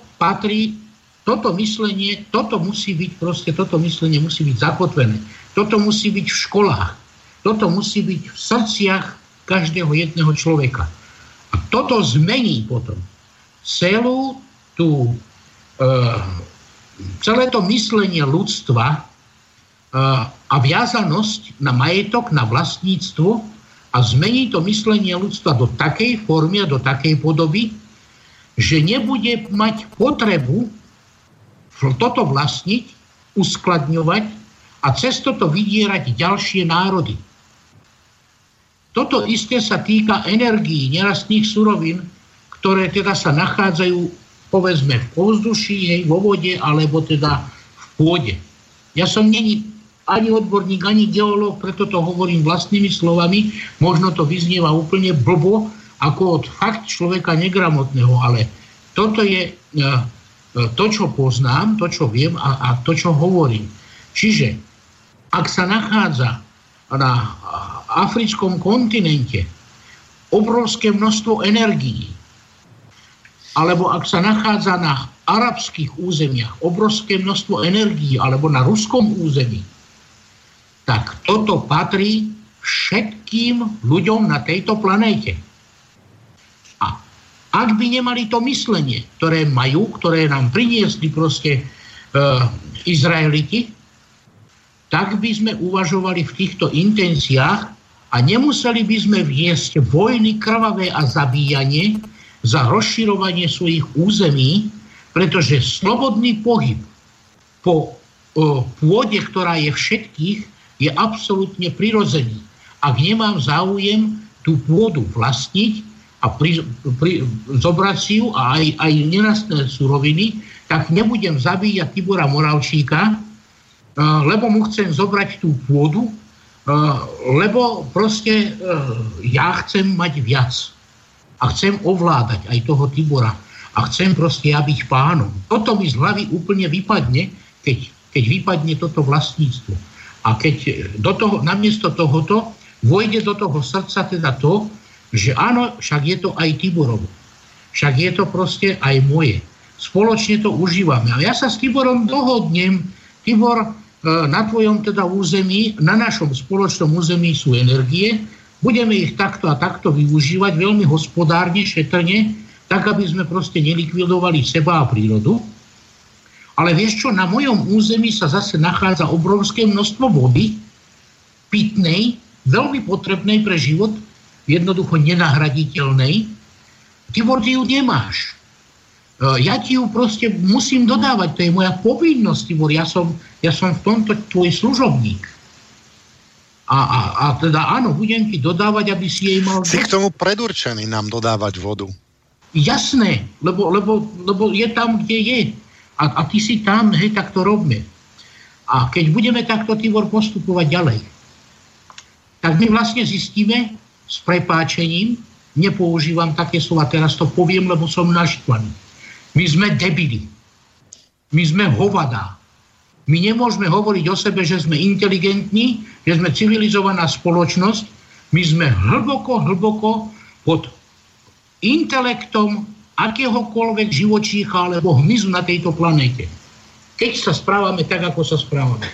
myslenie musí byť zakotvené. Toto musí byť v školách. Toto musí byť v srdciach každého jedného človeka. A toto zmení potom celé to myslenie ľudstva a viazanosť na majetok, na vlastníctvo a zmení to myslenie ľudstva do takej formy a do takej podoby, že nebude mať potrebu toto vlastniť, uskladňovať a cez toto vydierať ďalšie národy. Toto isté sa týka energií, nerastných surovín, ktoré teda sa nachádzajú, povedzme, v ovzduší, vo vode, alebo teda v pôde. Ja som není ani odborník, ani geológ, preto to hovorím vlastnými slovami, možno to vyznieva úplne blbo, ako od fakt človeka negramotného, ale toto je to, čo poznám, to, čo viem a to, čo hovorím. Čiže, ak sa nachádza na africkom kontinente obrovské množstvo energií, alebo ak sa nachádza na arabských územiach obrovské množstvo energií, alebo na ruskom území, tak toto patrí všetkým ľuďom na tejto planéte. A ak by nemali to myslenie, ktoré majú, ktoré nám priniesli proste Izraeliti, tak by sme uvažovali v týchto intenciách a nemuseli by sme viesť vojny krvavé a zabíjanie za rozširovanie svojich území, pretože slobodný pohyb po pôde, ktorá je všetkých, je absolútne prirodzený. Ak nemám záujem tú pôdu vlastniť a zobrať si ju a aj nenastné suroviny, tak nebudem zabíjať Tibora Moravčíka, lebo mu chcem zobrať tú pôdu, lebo proste ja chcem mať viac. A chcem ovládať aj toho Tibora. A chcem proste ja byť pánom. Toto mi z hlavy úplne vypadne, keď vypadne toto vlastníctvo. A keď namiesto tohoto vojde do toho srdca teda to, že áno, však je to aj Tiborovo. Však je to proste aj moje. Spoločne to užívame. A ja sa s Tiborom dohodnem. Tibor, na tvojom teda území, na našom spoločnom území sú energie, budeme ich takto a takto využívať veľmi hospodárne, šetrne, tak, aby sme proste nelikvidovali seba a prírodu. Ale vieš čo, na mojom území sa zase nachádza obrovské množstvo vody, pitnej, veľmi potrebnej pre život, jednoducho nenahraditeľnej. Tibor, ty ju nemáš. Ja ti ju proste musím dodávať, to je moja povinnosť, Tibor, ja som v tomto tvoj služobník. A teda áno, budem ti dodávať, aby si jej mal... Si k tomu predurčený nám dodávať vodu. Jasné, lebo je tam, kde je. A ty si tam, hej, tak to robme. A keď budeme takto, Tibor, postupovať ďalej, tak my vlastne zistíme s prepáčením, nepoužívam také slova, teraz to poviem, lebo som naštvaný. My sme debili. My sme hovadá. My nemôžeme hovoriť o sebe, že sme inteligentní, že sme civilizovaná spoločnosť. My sme hlboko pod intelektom akéhokoľvek živočícha alebo hmyzu na tejto planéte. Keď sa správame tak, ako sa správame.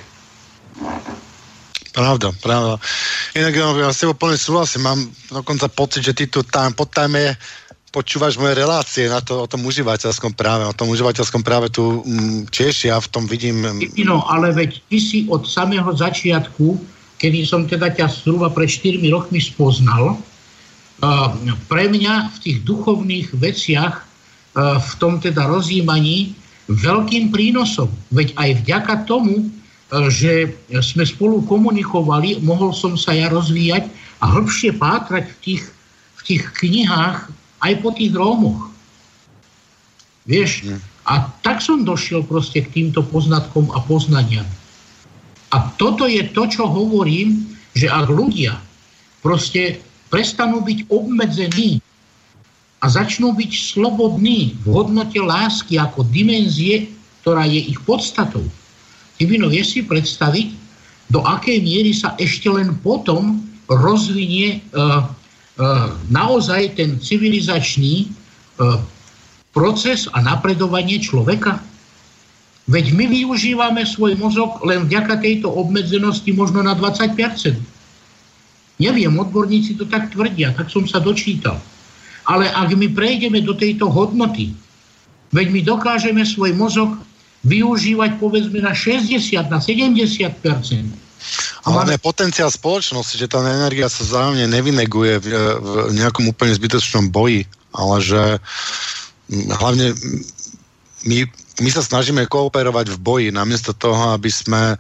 Pravda. Inak ja s tebou plne súhlasím. Mám dokonca pocit, že ty tu tam podtajme počúvaš moje relácie o tom užívateľskom práve. O tom užívateľskom práve tu tiež ja v tom vidím... No, ale veď ty si od samého začiatku, kedy som teda ťa zhruba pred 4 rokmi spoznal, pre mňa v tých duchovných veciach, v tom teda rozjímaní, veľkým prínosom. Veď aj vďaka tomu, že sme spolu komunikovali, mohol som sa ja rozvíjať a hĺbšie pátrať v tých knihách aj po tých Rómoch. Vieš? A tak som došiel proste k týmto poznatkom a poznaniam. A toto je to, čo hovorím, že ak ľudia proste prestanú byť obmedzení a začnú byť slobodní v hodnote lásky ako dimenzie, ktorá je ich podstatou. Tibino, vieš si predstaviť, do akej miery sa ešte len potom rozvinie naozaj ten civilizačný proces a napredovanie človeka? Veď my využívame svoj mozog len vďaka tejto obmedzenosti možno na 20%. Neviem, odborníci to tak tvrdia, tak som sa dočítal. Ale ak my prejdeme do tejto hodnoty, veď my dokážeme svoj mozog využívať povedzme na 60, na 70%. Ale potenciál spoločnosti, že tá energia sa vzájomne nevyneguje v nejakom úplne zbytočnom boji, ale že hlavne my sa snažíme kooperovať v boji, namiesto toho, aby sme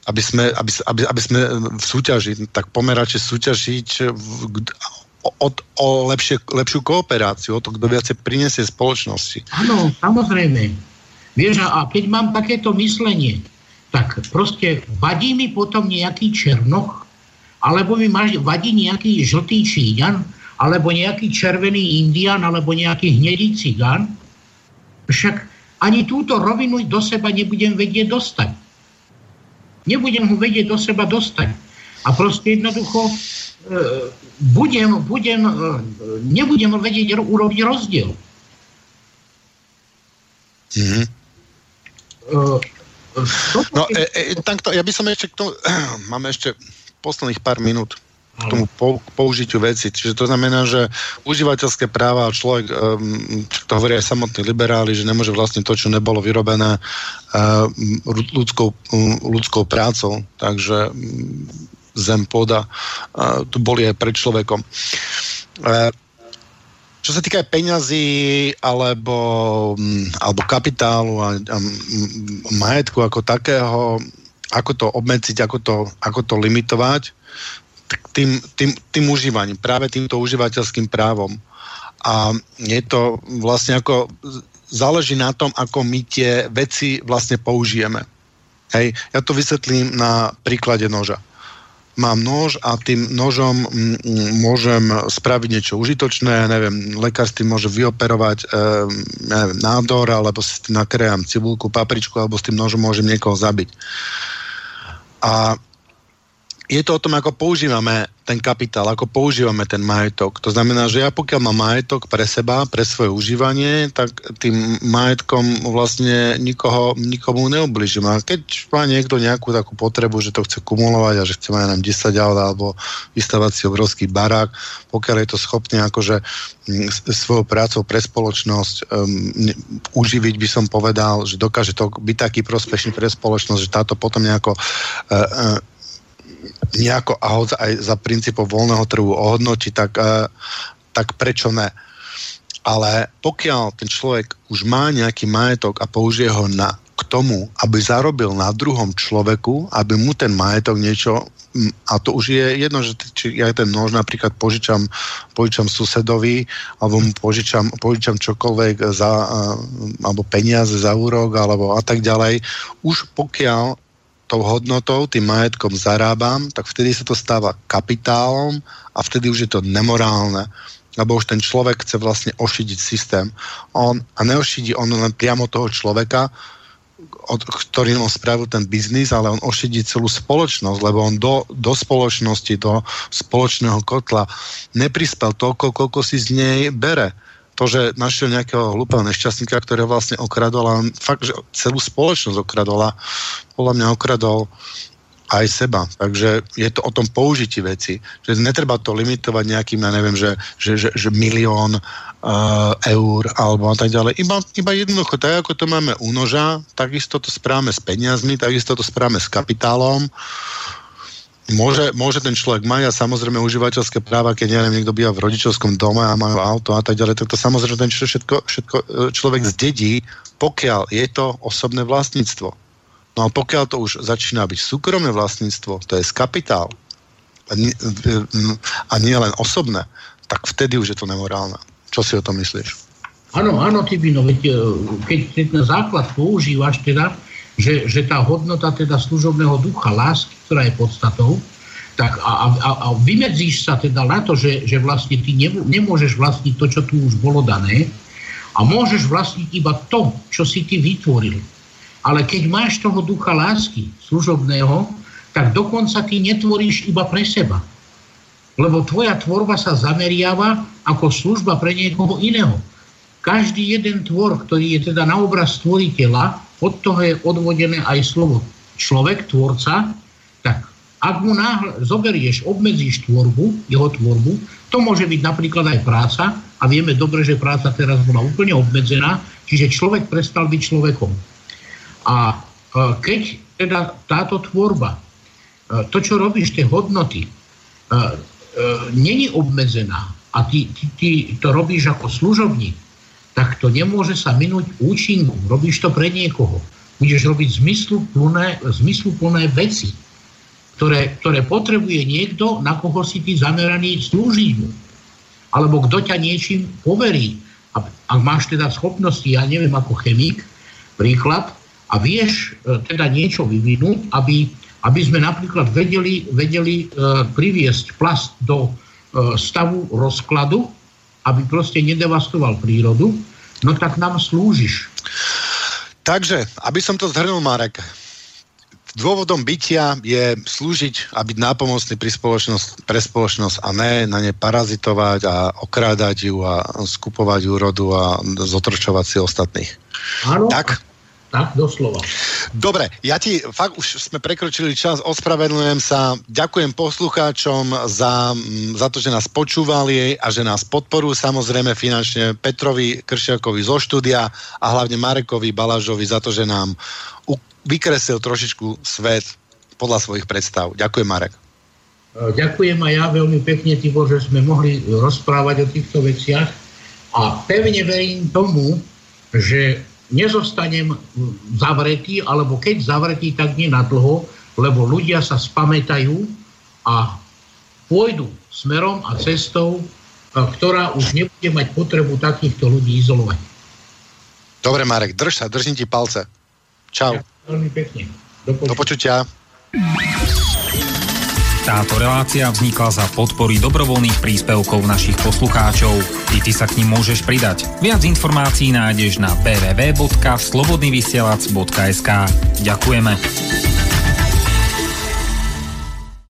v súťaži, tak pomeradšie súťažiť o lepšiu kooperáciu, o to, kto viacej prinesie spoločnosti. Áno, samozrejme. Vieš, a keď mám takéto myslenie, tak proste vadí mi potom nejaký černoch, alebo mi vadí nejaký žltý Číňan, alebo nejaký červený Indián, alebo nejaký hnedý Cigán. Však ani túto rovinu do seba nebudem vedieť dostať. Nebudem ho vedieť do seba dostať. A proste jednoducho nebudem vedieť urobiť rozdiel. Mm-hmm. Takto, ja by som ešte k tomu, máme ešte posledných pár minút k tomu použitiu veci. Čiže to znamená, že užívateľské práva človek, to hovoria aj samotní liberáli, že nemôže vlastniť to, čo nebolo vyrobené ľudskou prácou. Takže zem, pôda tu boli aj pred človekom. Čo sa týka peňazí alebo kapitálu a majetku ako takého, ako to obmedziť, ako to limitovať, tým užívaním, práve týmto užívateľským právom. A je to vlastne záleží na tom, ako my tie veci vlastne použijeme. Hej, ja to vysvetlím na príklade noža. Mám nož a tým nožom môžem spraviť niečo užitočné, neviem, lekár s tým môže vyoperovať nádor, alebo si tým nakrájam cibulku, papričku, alebo s tým nožom môžem niekoho zabiť. A je to o tom, ako používame ten kapitál, ako používame ten majetok. To znamená, že ja pokiaľ mám majetok pre seba, pre svoje užívanie, tak tým majetkom vlastne nikomu neubližím. A keď má niekto nejakú takú potrebu, že to chce kumulovať a že chce mať nám 10 aut alebo vystavať si obrovský barák, pokiaľ je to schopný akože svojou prácou pre spoločnosť uživiť, by som povedal, že dokáže to byť taký prospešný pre spoločnosť, že táto potom nejako aj za princípom voľného trhu ohodnotí, tak prečo ne? Ale pokiaľ ten človek už má nejaký majetok a použije ho k tomu, aby zarobil na druhom človeku, aby mu ten majetok niečo, a to už je jedno, že či ja ten nož napríklad požičam susedovi, alebo mu požičam čokoľvek alebo peniaze za úrok, alebo a tak ďalej. Už pokiaľ tou hodnotou, tým majetkom zarábam, tak vtedy sa to stáva kapitálom a vtedy už je to nemorálne. Lebo už ten človek chce vlastne ošidiť systém. A neošidí on len priamo toho človeka, ktorým on spravil ten biznis, ale on ošidí celú spoločnosť, lebo on do spoločnosti, do spoločného kotla neprispel toľko, koľko si z nej bere. To, že našiel nejakého hlúpeho nešťastníka, ktorý vlastne okradol, a fakt, že celú spoločnosť okradol a podľa mňa okradol aj seba. Takže je to o tom použití veci. Že netreba to limitovať nejakým, ja neviem, že 1 000 000 eur alebo a tak ďalej. Iba jednoducho, tak ako to máme u noža, takisto to správame s peniazmi, takisto to správame s kapitálom. Môže ten človek mať a samozrejme užívateľské práva, keď neviem, niekto býva v rodičovskom dome a majú auto a tak ďalej, tak to samozrejme ten všetko človek zdedí, pokiaľ je to osobné vlastníctvo. No a pokiaľ to už začína byť súkromné vlastníctvo, to je kapitál a nie len osobné, tak vtedy už je to nemorálne. Čo si o tom myslíš? Áno, Tibino, keď ten základ používaš teda, že tá hodnota teda služobného ducha, lásky, ktorá je podstatou, tak a vymedzíš sa teda na to, že vlastne ty nemôžeš vlastniť to, čo tu už bolo dané, a môžeš vlastniť iba to, čo si ty vytvoril. Ale keď máš toho ducha lásky, služobného, tak dokonca ty netvoríš iba pre seba. Lebo tvoja tvorba sa zameriava ako služba pre niekoho iného. Každý jeden tvor, ktorý je teda na obraz stvoriteľa, od toho je odvodené aj slovo človek, tvorca, tak ak mu náhle zoberieš, obmedzíš jeho tvorbu, to môže byť napríklad aj práca a vieme dobre, že práca teraz bola úplne obmedzená, čiže človek prestal byť človekom. A keď teda táto tvorba, to, čo robíš, tie hodnoty, není obmedzená a ty to robíš ako služobník, tak to nemôže sa minúť účinku. Robíš to pre niekoho. Budeš robiť zmysluplné veci, ktoré potrebuje niekto, na koho si ty zameraný, slúžiť mu. Alebo kto ťa niečím poverí. Ak máš teda schopnosti, ja neviem, ako chemik, príklad, a vieš teda niečo vyvinúť, aby sme napríklad vedeli priviesť plast do stavu rozkladu, aby proste nedevastoval prírodu, no tak nám slúžiš. Takže, aby som to zhrnul, Marek, dôvodom bytia je slúžiť a byť nápomocný pre spoločnosť a ne na ne parazitovať a okrádať ju a skupovať úrodu a zotročovať si ostatných. Áno, tak? Tak, doslova. Dobre, fakt už sme prekročili čas, ospravedlňujem sa, ďakujem poslucháčom za to, že nás počúvali a že nás podporujú, samozrejme finančne Petrovi Kršiakovi zo štúdia a hlavne Marekovi Balážovi za to, že nám vykreslil trošičku svet podľa svojich predstav. Ďakujem, Marek. Ďakujem aj ja veľmi pekne, Tibor, že sme mohli rozprávať o týchto veciach a pevne verím tomu, že nezostanem zavretý, alebo keď zavretý, tak nie nadlho, lebo ľudia sa spamätajú a pôjdu smerom a cestou, ktorá už nebude mať potrebu takýchto ľudí izolovať. Dobre, Marek, drž sa, držím ti palce. Čau. Veľmi pekne. Do počutia. Táto relácia vznikla za podpory dobrovoľných príspevkov našich poslucháčov. I ty sa k nim môžeš pridať. Viac informácií nájdeš na www.slobodnyvysielac.sk. Ďakujeme.